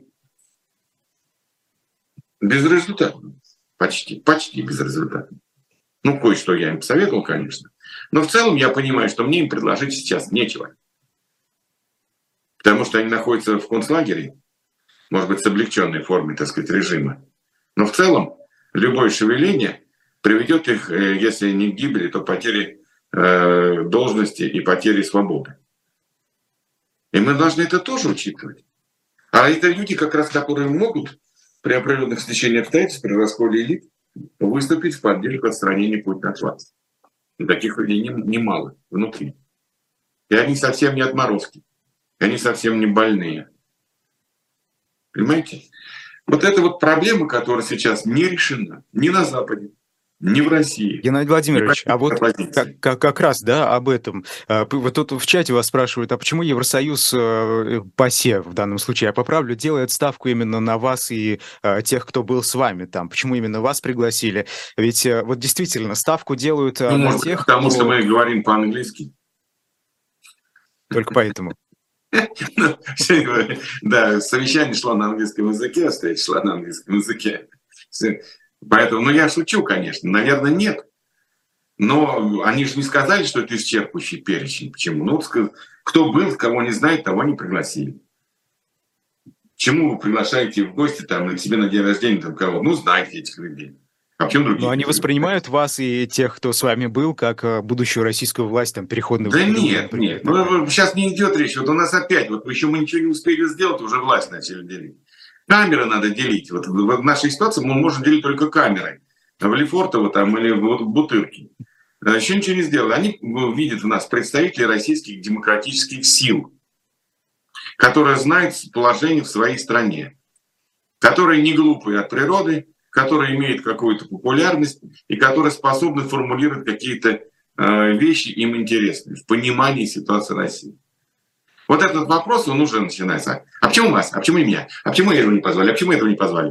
безрезультатным. Почти безрезультатным. Кое-что я им посоветовал, конечно. Но в целом я понимаю, что мне им предложить сейчас нечего. Потому что они находятся в концлагере, может быть, с облегченной формой, так сказать, режима. Но в целом любое шевеление приведет их, если не к гибели, то к потере должности и потере свободы. И мы должны это тоже учитывать. А это люди, как раз, которые могут при определенных стечениях обстоятельств, при расколе элит, выступить в поддержку отстранения Путина от власти. И таких людей немало внутри. И они совсем не отморозки. И они совсем не больные. Понимаете? Это проблема, которая сейчас не решена ни на Западе, ни в России. Геннадий Владимирович, как раз, об этом. Тут в чате вас спрашивают, а почему Евросоюз ПАСЕ в данном случае, я поправлю, делает ставку именно на вас и тех, кто был с вами там? Почему именно вас пригласили? Ведь действительно ставку делают на тех, потому что мы говорим по-английски. Только поэтому. Да, совещание шло на английском языке, встреча шла на английском языке. Поэтому, я шучу, конечно, наверное, нет. Но они же не сказали, что это исчерпывающий перечень. Почему? Кто был, кого не знает, того не пригласили. Чему вы приглашаете в гости к себе на день рождения кого? Знаете этих людей. А почему другие? Но они воспринимают вас и тех, кто с вами был, как будущую российскую власть, переходную... Да нет. Сейчас не идет речь. У нас опять, еще мы ничего не успели сделать, уже власть начали делить. Камеры надо делить. В нашей ситуации мы можем делить только камерой. В Лефортово или в Бутырке. Еще ничего не сделали. Они видят в нас представителей российских демократических сил. которая знает положение в своей стране, которая не глупая от природы, которая имеет какую-то популярность и которая способна формулировать какие-то вещи им интересные в понимании ситуации России. Вот этот вопрос, он уже начинается. А почему вас? А почему не меня? А почему этого не позвали? А почему этого не позвали?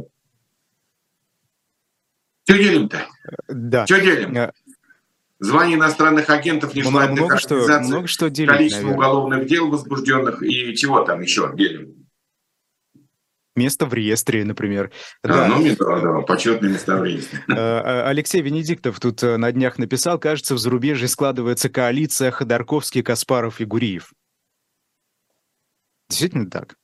Что делим-то? Да. Что делим? Звание иностранных агентов, нежелательных организаций, много что делить, количество наверное. уголовных дел возбужденных и чего там еще делим? Место в реестре, например. Да. Почетные места в реестре. Алексей Венедиктов тут на днях написал, кажется, в зарубежье складывается коалиция Ходорковский, Каспаров и Гуриев. Действительно так?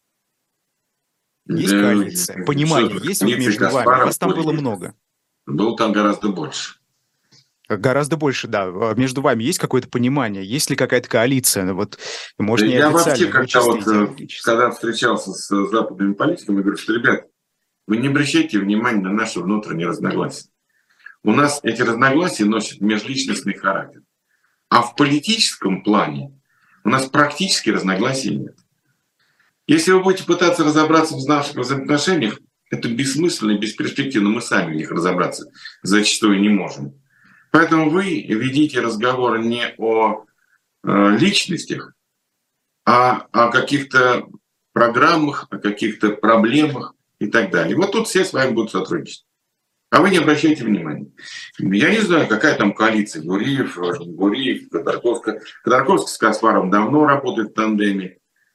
Есть коалиция? Понимание есть между вами? Вас там было много. Было там гораздо больше. Гораздо больше, да. Между вами есть какое-то понимание? Есть ли какая-то коалиция? Вот, может, не я официально, вообще, когда встречался с западными политиками, я говорю, что, ребят, вы не обращайте внимания на наши внутренние разногласия. У нас эти разногласия носят межличностный характер. А в политическом плане у нас практически разногласий нет. Если вы будете пытаться разобраться в наших взаимоотношениях, это бессмысленно и бесперспективно. Мы сами в них разобраться зачастую не можем. Поэтому вы ведите разговор не о личностях, а о каких-то программах, о каких-то проблемах и так далее. Вот тут все с вами будут сотрудничать. А вы не обращайте внимания. Я не знаю, какая там коалиция. Гуриев, Ходорковский. Ходорковский с Каспаровым давно работает в тандеме.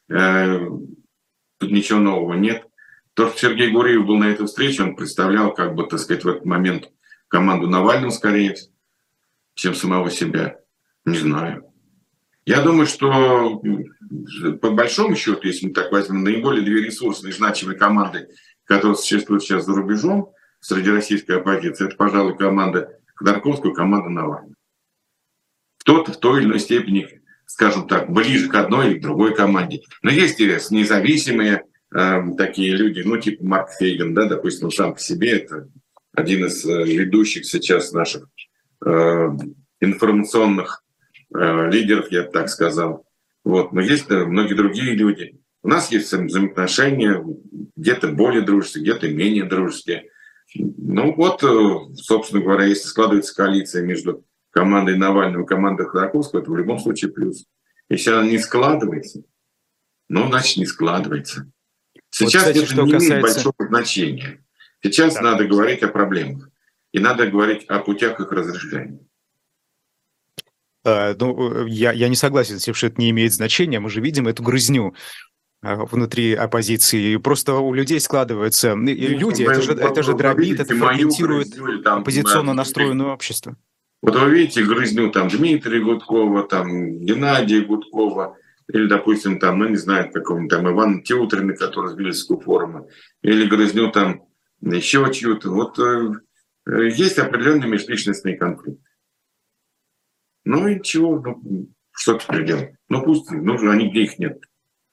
Тут ничего нового нет. То, что Сергей Гуриев был на этой встрече, он представлял, как бы, так сказать, в этот момент команду Навального скорее, чем самого себя. Не знаю. Я думаю, что по большому счету, если мы так возьмем, наиболее две ресурсные значимые команды, которые существуют сейчас за рубежом, среди российской оппозиции, это, пожалуй, команда Ходорковского и команда Навального. Кто-то в той или иной степени, скажем так, ближе к одной или к другой команде. Но есть и независимые такие люди, ну, типа Марк Фейгин, да, допустим, сам по себе, это один из ведущих сейчас наших информационных лидеров, я бы так сказал. Вот. Но есть многие другие люди. У нас есть взаимоотношения, где-то более дружеские, где-то менее дружеские. Ну вот, собственно говоря, если складывается коалиция между командой Навального и командой Ходорковского, это в любом случае плюс. Если она не складывается, ну, значит, не складывается. Сейчас вот, кстати, это не имеет большого значения. Сейчас надо говорить о проблемах. И надо говорить о путях их разрешения. Ну, я не согласен с тем, что это не имеет значения. Мы же видим эту грызню внутри оппозиции. И просто у людей складывается... Люди, это же дробит, это фрагментирует оппозиционно настроенное общество. Вот вы видите грызню там Дмитрия Гудкова, там Геннадия Гудкова, или, допустим, там, ну, не знаю, какого-нибудь там Ивана Теутрина, который с Бельского форума, или грызню там еще чью-то. Вот есть определенные межличностные конфликты. Ну и чего, ну, что теперь делать? Ну пусть, ну они где их нет.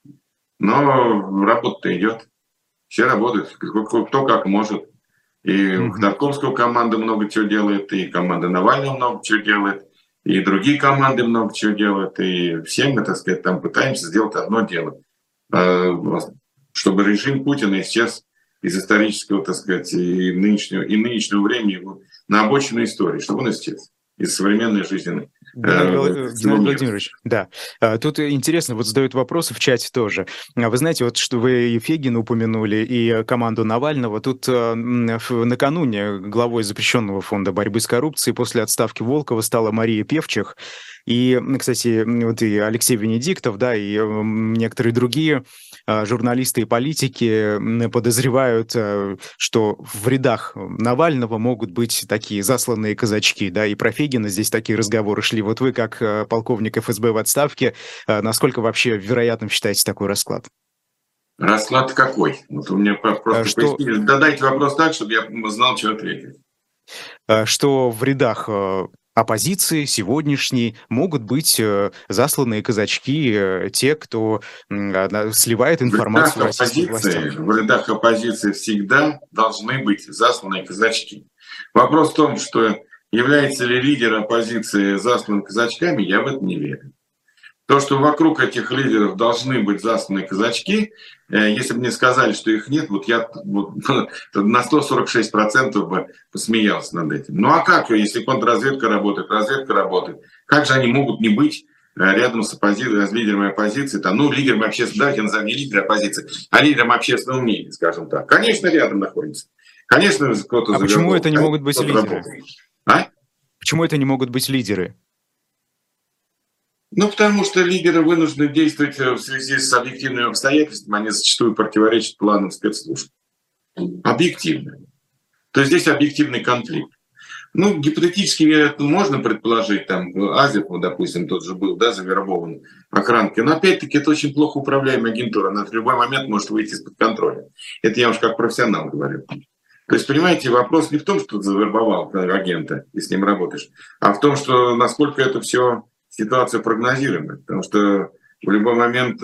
Но работа-то идет. Все работают, кто как может. И Ходорковского команда много чего делает, и команда Навального много чего делает, и другие команды много чего делают, и все мы, так сказать, там пытаемся сделать одно дело, чтобы режим Путина исчез из исторического, так сказать, и нынешнего времени на обочину истории, чтобы он исчез из современной жизни. Геннадий Владимирович, да. Тут интересно, вот задают вопросы в чате тоже. Вы знаете, вот что вы и Фейгина упомянули, и команду Навального. Тут накануне главой запрещенного фонда борьбы с коррупцией после отставки Волкова стала Мария Певчих. И, кстати, вот и Алексей Венедиктов, да, и некоторые другие журналисты и политики подозревают, что в рядах Навального могут быть такие засланные казачки, да, и про Фейгина здесь такие разговоры шли. Вот вы, как полковник ФСБ в отставке, насколько вообще вероятным считаете такой расклад? Расклад какой? Вот у меня просто додайте вопрос так, чтобы я знал, что ответить. Что в рядах оппозиции сегодняшней могут быть засланные казачки, те, кто сливает информацию российским властям. В рядах оппозиции всегда должны быть засланные казачки. Вопрос в том, что является ли лидер оппозиции засланным казачками, я в это не верю. В То, что вокруг этих лидеров должны быть засланы казачки, если бы мне сказали, что их нет, вот я на 146% бы посмеялся над этим. Ну а как, если контрразведка работает, разведка работает, как же они могут не быть рядом с лидерами оппозиции, там, ну, лидерами общественного, давайте назовем не лидеры оппозиции, а лидером общественного мнения, скажем так. Конечно, рядом находится. Конечно, кто-то А почему это не могут быть лидеры? А? Почему это не могут быть лидеры? Ну, потому что лидеры вынуждены действовать в связи с объективными обстоятельствами, они зачастую противоречат планам спецслужб. Объективно. То есть здесь объективный конфликт. Ну, гипотетически это можно предположить, там, Азипов, допустим, тот же был, да, завербован охранкой, но опять-таки это очень плохо управляемая агентура, она в любой момент может выйти из-под контроля. Это я уж как профессионал говорю. То есть, понимаете, вопрос не в том, что ты завербовал агента и с ним работаешь, а в том, что насколько это все ситуация прогнозируемая. Потому что в любой момент,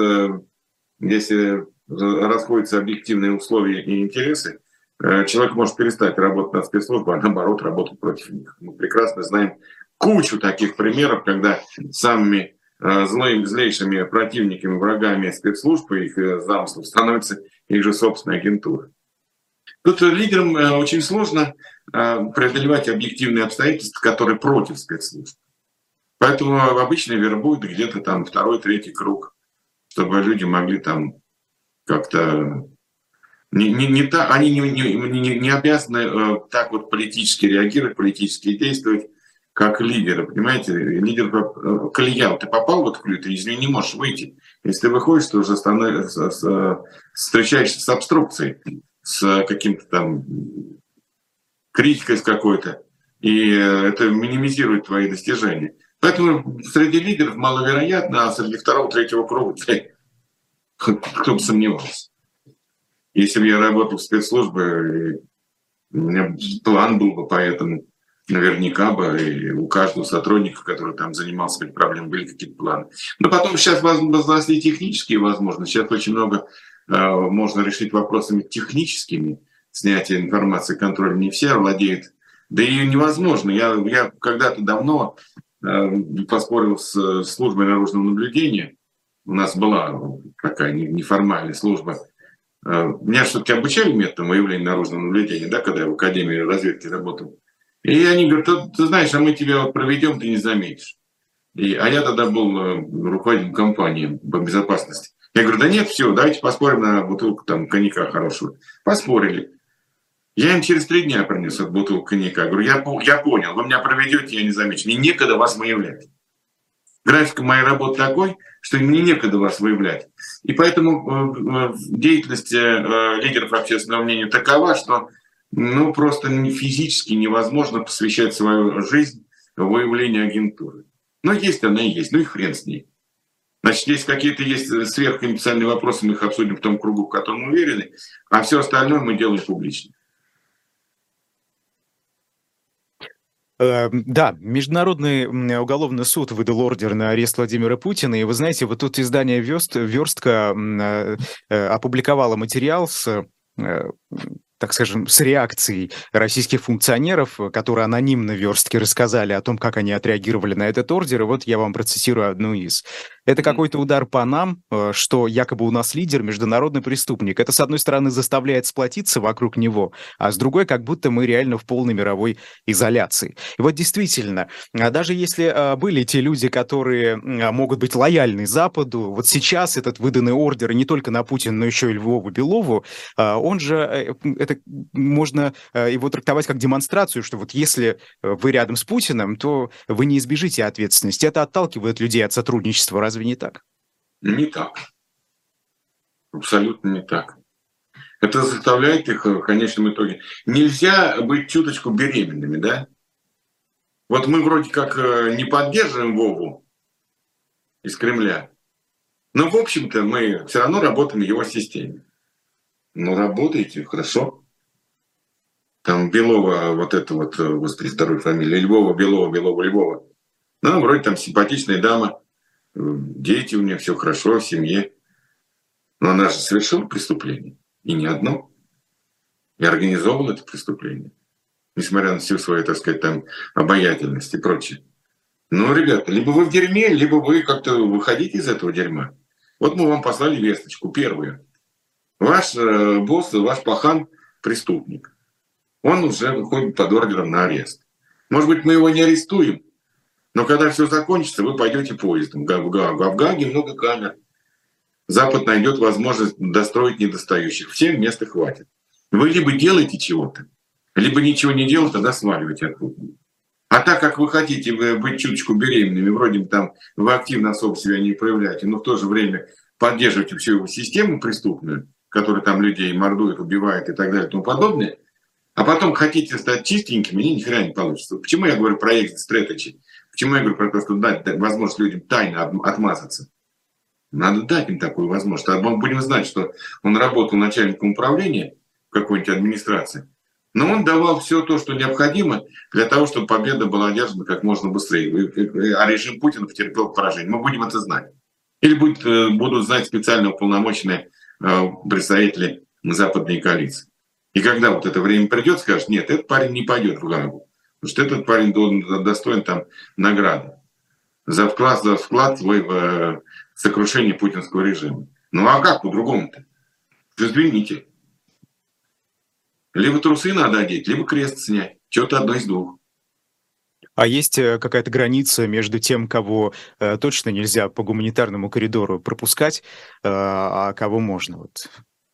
если расходятся объективные условия и интересы, человек может перестать работать на спецслужбы, а наоборот работать против них. Мы прекрасно знаем кучу таких примеров, когда самыми злейшими противниками, врагами спецслужб и их замыслов становится их же собственная агентура. Тут лидерам очень сложно преодолевать объективные обстоятельства, которые против спецслужб. Поэтому обычно вербуют где-то там второй, третий круг, чтобы люди могли там как-то... они не обязаны так вот политически реагировать, политически действовать, как лидеры, понимаете? Лидер колея, ты попал в эту колею, ты из нее не можешь выйти. Если ты выходишь, ты уже встречаешься с обструкцией, с каким-то там критикой с какой-то, и это минимизирует твои достижения. Поэтому среди лидеров маловероятно, а среди второго, третьего круга кто бы сомневался. Если бы я работал в спецслужбе, у меня план был бы, поэтому наверняка бы и у каждого сотрудника, который там занимался этой проблемой, были какие-то планы. Но потом сейчас возросли технические возможности. Сейчас очень много можно решить вопросами техническими, снятия информации, контроль. Не все владеют. Да и невозможно. Я когда-то давно поспорил с службой наружного наблюдения. У нас была такая неформальная служба. Меня все-таки обучали методам выявления наружного наблюдения, да, когда я в Академии разведки работал. И они говорят, ты знаешь, а мы тебя вот проведем, ты не заметишь. А я тогда был руководителем компании по безопасности. Я говорю, да нет, все, давайте поспорим на бутылку там коньяка хорошего. Поспорили. Я им через 3 дня принес эту бутылку коньяка. Я говорю, я понял, вы меня проведете, я не замечу. Мне некогда вас выявлять. График моей работы такой, что мне некогда вас выявлять. И поэтому деятельность лидеров общественного мнения такова, что просто физически невозможно посвящать свою жизнь выявлению агентуры. Но есть она и есть, ну и хрен с ней. Значит, если какие-то есть сверхконфиденциальные вопросы, мы их обсудим в том кругу, в котором мы уверены, а все остальное мы делаем публично. Да, Международный уголовный суд выдал ордер на арест Владимира Путина. И вы знаете, вот тут издание «Верстка» опубликовало материал с, так скажем, с реакцией российских функционеров, которые анонимно в «Верстке» рассказали о том, как они отреагировали на этот ордер. И вот я вам процитирую одну из. Это какой-то удар по нам, что якобы у нас лидер, международный преступник. Это, с одной стороны, заставляет сплотиться вокруг него, а с другой, как будто мы реально в полной мировой изоляции. И вот действительно, даже если были те люди, которые могут быть лояльны Западу, вот сейчас этот выданный ордер не только на Путина, но еще и Львову Белову, он же, это можно его трактовать как демонстрацию, что вот если вы рядом с Путиным, то вы не избежите ответственности. Это отталкивает людей от сотрудничества. Разве не так? Не так. Абсолютно не так. Это заставляет их в конечном итоге. Нельзя быть чуточку беременными, да? Вот мы вроде как не поддерживаем Вову из Кремля, но, в общем-то, мы все равно работаем в его системе. Ну, работаете, хорошо. Там Белова, вот это вот, господи, второй фамилия, Львова, Львова. Ну, вроде там симпатичная дама, дети у нее, все хорошо, в семье. Но она же совершила преступление. И не одно. И организовывала это преступление. Несмотря на всю свою, так сказать, там, обаятельность и прочее. Ну, ребята, либо вы в дерьме, либо вы как-то выходите из этого дерьма. Вот мы вам послали весточку первую. Ваш босс, ваш пахан преступник. Он уже выходит под ордером на арест. Может быть, мы его не арестуем, но когда все закончится, вы пойдете поездом в Гаагу. А в Гааге много камер. Запад найдет возможность достроить недостающих. Всем места хватит. Вы либо делаете чего-то, либо ничего не делаете, тогда сваливайте оттуда. А так как вы хотите быть чуточку беременными, вроде бы там вы активно особо себя не проявляете, но в то же время поддерживаете всю его систему преступную, которая там людей мордует, убивает и так далее и тому подобное, а потом хотите стать чистенькими, ни хера не получится. Почему я говорю про exit strategy? Почему я говорю про то, что дать возможность людям тайно отмазаться? Надо дать им такую возможность. А мы будем знать, что он работал начальником управления в какой-нибудь администрации, но он давал все то, что необходимо для того, чтобы победа была одержана как можно быстрее. А режим Путина потерпел поражение. Мы будем это знать. Или будут знать специально уполномоченные представители западной коалиции. И когда вот это время придет, скажут, нет, этот парень не пойдет в Гаагу, потому что этот парень достоин там награды за вклад свой в сокрушение путинского режима. Ну а как по-другому-то? Извините. Либо трусы надо одеть, либо крест снять. Что-то одно из двух. А есть какая-то граница между тем, кого точно нельзя по гуманитарному коридору пропускать, а кого можно? Вот.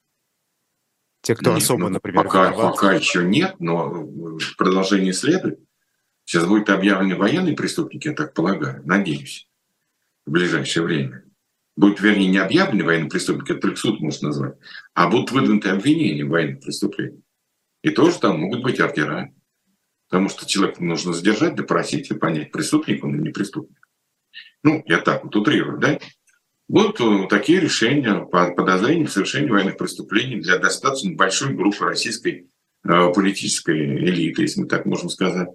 Те, кто особо, например... Пока еще нет, но в продолжении следует. Сейчас будут объявлены военные преступники, я так полагаю, надеюсь, в ближайшее время. Будут, вернее, не объявлены военные преступники, это только суд может назвать, а будут выдвинуты обвинения в военных преступлениях. И тоже там могут быть ордера. Потому что человека нужно задержать, допросить и понять, преступник он или не преступник. Ну, я так вот утрирую, да? Будут такие решения по подозрению в совершении военных преступлений для достаточно большой группы российской политической элиты, если мы так можем сказать.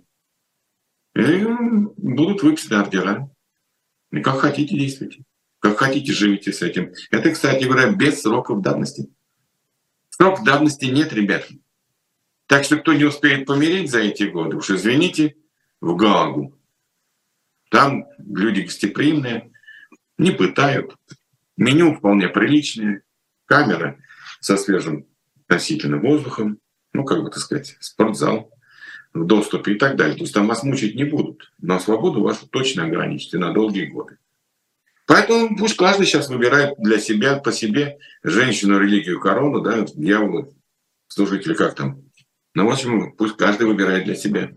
И будут выписаны ордера. И как хотите действуйте. Как хотите живите с этим. Это, кстати говоря, без сроков давности. Сроков давности нет, ребят. Так что кто не успеет помереть за эти годы, уж извините, в Гаагу. Там люди гостеприимные, не пытают. Меню вполне приличное. Камера со свежим относительно воздухом. Ну, как бы так сказать, спортзал в доступе и так далее. То есть там вас мучить не будут. Но свободу вашу точно ограничат и на долгие годы. Поэтому пусть каждый сейчас выбирает для себя, по себе, женщину, религию, корону, да, дьявола, служители, как там. Ну, в общем, пусть каждый выбирает для себя.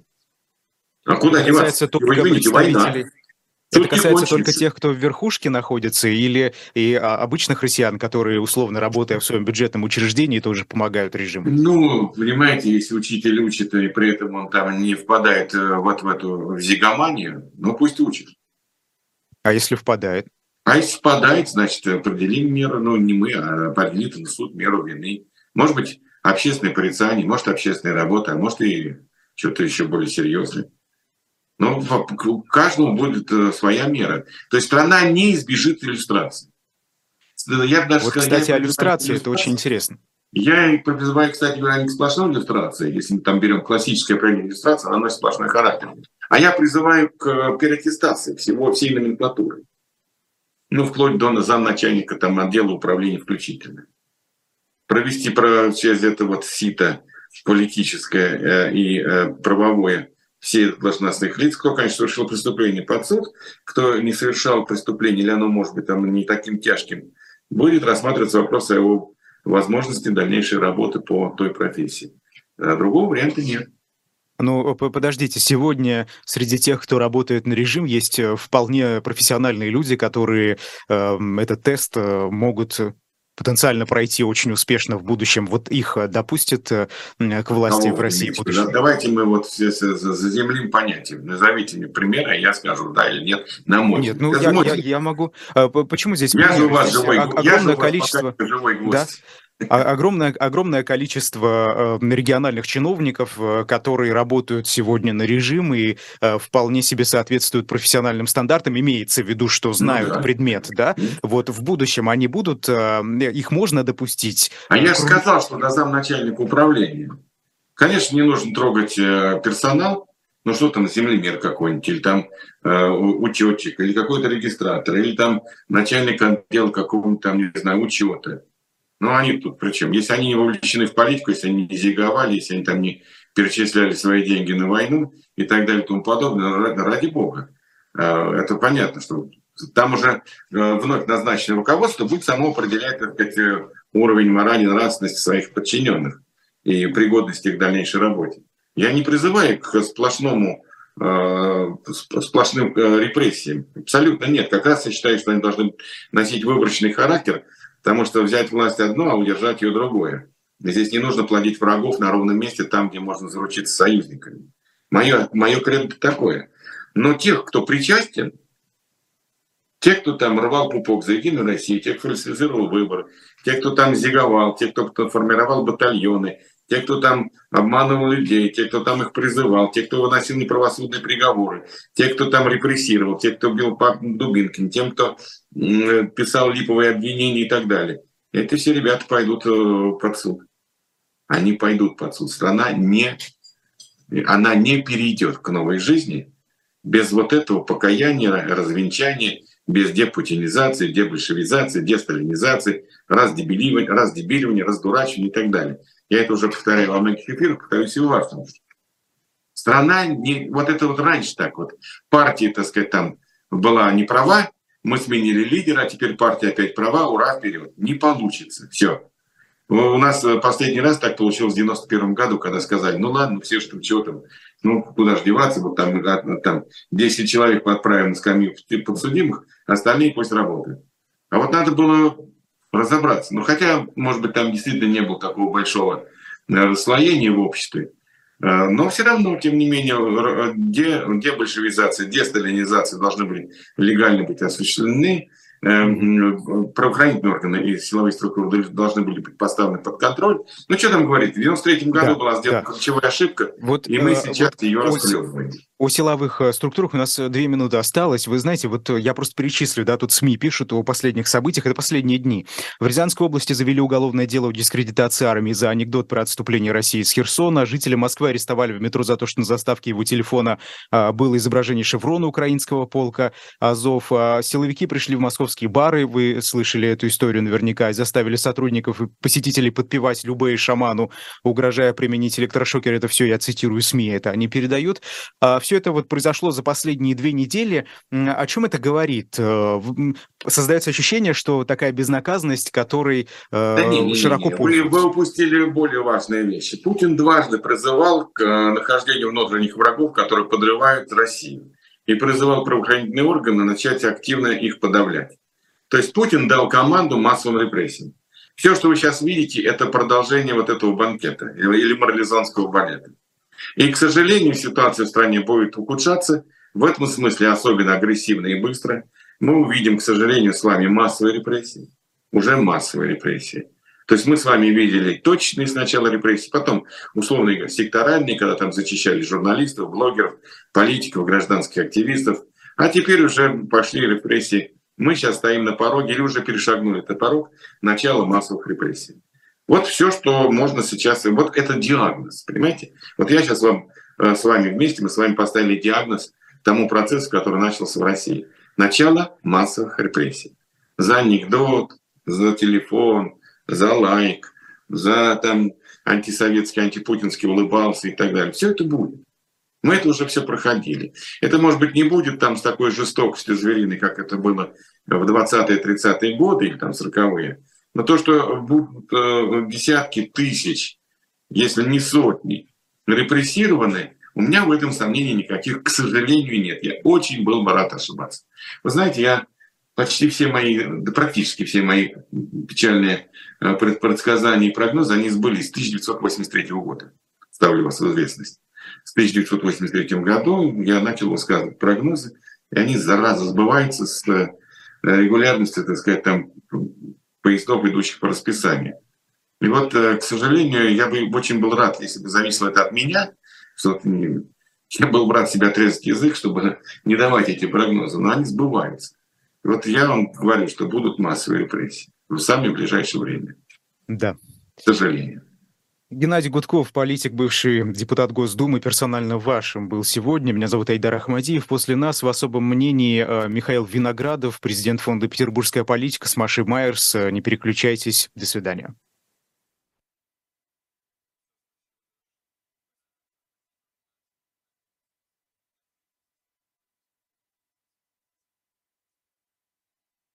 А куда деваться? Вы извините, война. Это касается только тех, кто в верхушке находится, или и обычных россиян, которые, условно работая в своем бюджетном учреждении, тоже помогают режиму? Ну, понимаете, если учитель учит, и при этом он там не впадает вот в эту зигоманию, ну пусть учит. А если впадает? А если впадает, значит, определим меру, ну не мы, а определит суд меру вины. Может быть, общественное порицание, может, общественная работа, а может и что-то еще более серьезное. Но каждому будет своя мера. То есть страна не избежит иллюстрации. Я бы даже вот, сказал, кстати, о иллюстрации, это очень интересно. Я призываю, кстати говоря, не к сплошной иллюстрации. Если мы там берем классическое определение иллюстрации, она носит сплошной характер. А я призываю к переаттестации всей номенклатуры. Ну, вплоть до замначальника там, отдела управления включительно. Провести через это вот сито политическое и правовое все должностных лиц, кто, конечно, совершил преступление под суд, кто не совершал преступление, или оно может быть там не таким тяжким, будет рассматриваться вопрос о его возможности дальнейшей работы по той профессии. А другого варианта нет. Ну, подождите, сегодня среди тех, кто работает на режим, есть вполне профессиональные люди, которые этот тест могут потенциально пройти очень успешно в будущем. Вот их допустят к власти в России в будущем? Давайте мы вот заземлим понятие. Назовите мне пример, а я скажу, да или нет, на мой. Нет, ну я могу. Почему здесь? Я же у вас живой количество. Да? Огромное количество региональных чиновников, которые работают сегодня на режим и вполне себе соответствуют профессиональным стандартам, имеется в виду, что знают предмет, да? Вот в будущем они будут, их можно допустить. А я же сказал, что до замначальника управления. Конечно, не нужно трогать персонал, Ну что там, землемер какой-нибудь, или там учетчик, или какой-то регистратор, или там начальник отдела какого-нибудь там, не знаю, учета. Ну они тут при чем? Если они не вовлечены в политику, если они не зиговали, если они там не перечисляли свои деньги на войну и так далее и тому подобное, ради бога. Это понятно, что там уже вновь назначенное руководство будет само определять, так сказать, уровень морали и нравственности своих подчиненных и пригодности к дальнейшей работе. Я не призываю к сплошным репрессиям. Абсолютно нет. Как раз я считаю, что они должны носить выборочный характер, потому что взять власть одно, а удержать ее другое. Здесь не нужно плодить врагов на ровном месте, там, где можно заручиться союзниками. Мое кредо такое. Но тех, кто причастен, те, кто там рвал пупок за Единую Россию, те, кто фальсифицировал выборы, те, кто там зиговал, те, кто формировал батальоны, те, кто там обманывал людей, те, кто там их призывал, те, кто выносил неправосудные приговоры, те, кто там репрессировал, те, кто бил по дубинкам, тем, кто писал липовые обвинения и так далее. Эти все ребята пойдут под суд. Они пойдут под суд. Страна не перейдет к новой жизни без вот этого покаяния, развенчания, без депутинизации, дебольшевизации, десталинизации, раздебиливания, раздурачивания и так далее. Я это уже повторяю во многих эфирах, повторюсь и у вас. Страна, вот это вот раньше так вот, партия, так сказать, там была не права, мы сменили лидера, а теперь партия опять права, ура, вперед. Не получится, все. У нас последний раз так получилось в 91 году, когда сказали, ну ладно, все что там, ну куда же деваться, вот там 10 человек мы отправим на скамью подсудимых, остальные пусть работают. А вот надо было разобраться. Ну хотя, может быть, там действительно не было такого большого расслоения в обществе, но все равно, тем не менее, дебольшевизация, десталинизация должны были легально быть осуществлены. Правоохранительные органы и силовые структуры должны были быть поставлены под контроль. Ну, что там говорить? В 93 году была сделана ключевая ошибка, и мы сейчас ее расплевываем. О силовых структурах у нас 2 минуты осталось. Вы знаете, вот я просто перечислю, да, тут СМИ пишут о последних событиях, это последние дни. В Рязанской области завели уголовное дело о дискредитации армии за анекдот про отступление России из Херсона. Жителя Москвы арестовали в метро за то, что на заставке его телефона было изображение шеврона украинского полка Азов. Силовики пришли в московские бары, вы слышали эту историю наверняка, и заставили сотрудников и посетителей подпевать любые шаману, угрожая применить электрошокер. Это все, я цитирую СМИ, это они передают. Все это вот произошло за последние 2 недели. О чем это говорит? Создается ощущение, что такая безнаказанность, которой широко пользуются. Вы упустили более важные вещи. Путин дважды призывал к нахождению внутренних врагов, которые подрывают Россию. И призывал правоохранительные органы начать активно их подавлять. То есть Путин дал команду массовым репрессиям. Все, что вы сейчас видите, это продолжение вот этого банкета или марлезонского балета. И, к сожалению, ситуация в стране будет ухудшаться. В этом смысле особенно агрессивно и быстро. Мы увидим, к сожалению, с вами массовые репрессии. Уже массовые репрессии. То есть мы с вами видели точечные сначала репрессии, потом условные секторальные, когда там зачищали журналистов, блогеров, политиков, гражданских активистов. А теперь уже пошли репрессии. Мы сейчас стоим на пороге или уже перешагнули этот порог начала массовых репрессий. Вот все, что можно сейчас. Вот это диагноз, понимаете? Вот я сейчас с вами вместе, мы с вами поставили диагноз тому процессу, который начался в России. Начало массовых репрессий. За анекдот, за телефон, за лайк, за там антисоветский, антипутинский улыбался и так далее. Все это будет. Мы это уже все проходили. Это, может быть, не будет там с такой жестокостью звериной, как это было в 20-е-30-е годы или там 40-е. Но то, что будут десятки тысяч, если не сотни, репрессированы, у меня в этом сомнений никаких, к сожалению, нет. Я очень был бы рад ошибаться. Вы знаете, я почти все мои, да практически все мои печальные предсказания и прогнозы, они сбылись с 1983 года. Ставлю вас в известность. В 1983 году я начал высказывать прогнозы, и они, зараза, сбываются с регулярностью, так сказать, там, поездов, идущих по расписанию. И вот, к сожалению, я бы очень был рад, если бы зависело это от меня, что я был бы рад себе отрезать язык, чтобы не давать эти прогнозы, но они сбываются. И вот я вам говорю, что будут массовые репрессии в самое ближайшее время. Да. К сожалению. Геннадий Гудков, политик, бывший депутат Госдумы, персонально вашим был сегодня. Меня зовут Айдар Ахмадиев. После нас в особом мнении Михаил Виноградов, президент фонда «Петербургская политика» с Машей Майерс. Не переключайтесь. До свидания.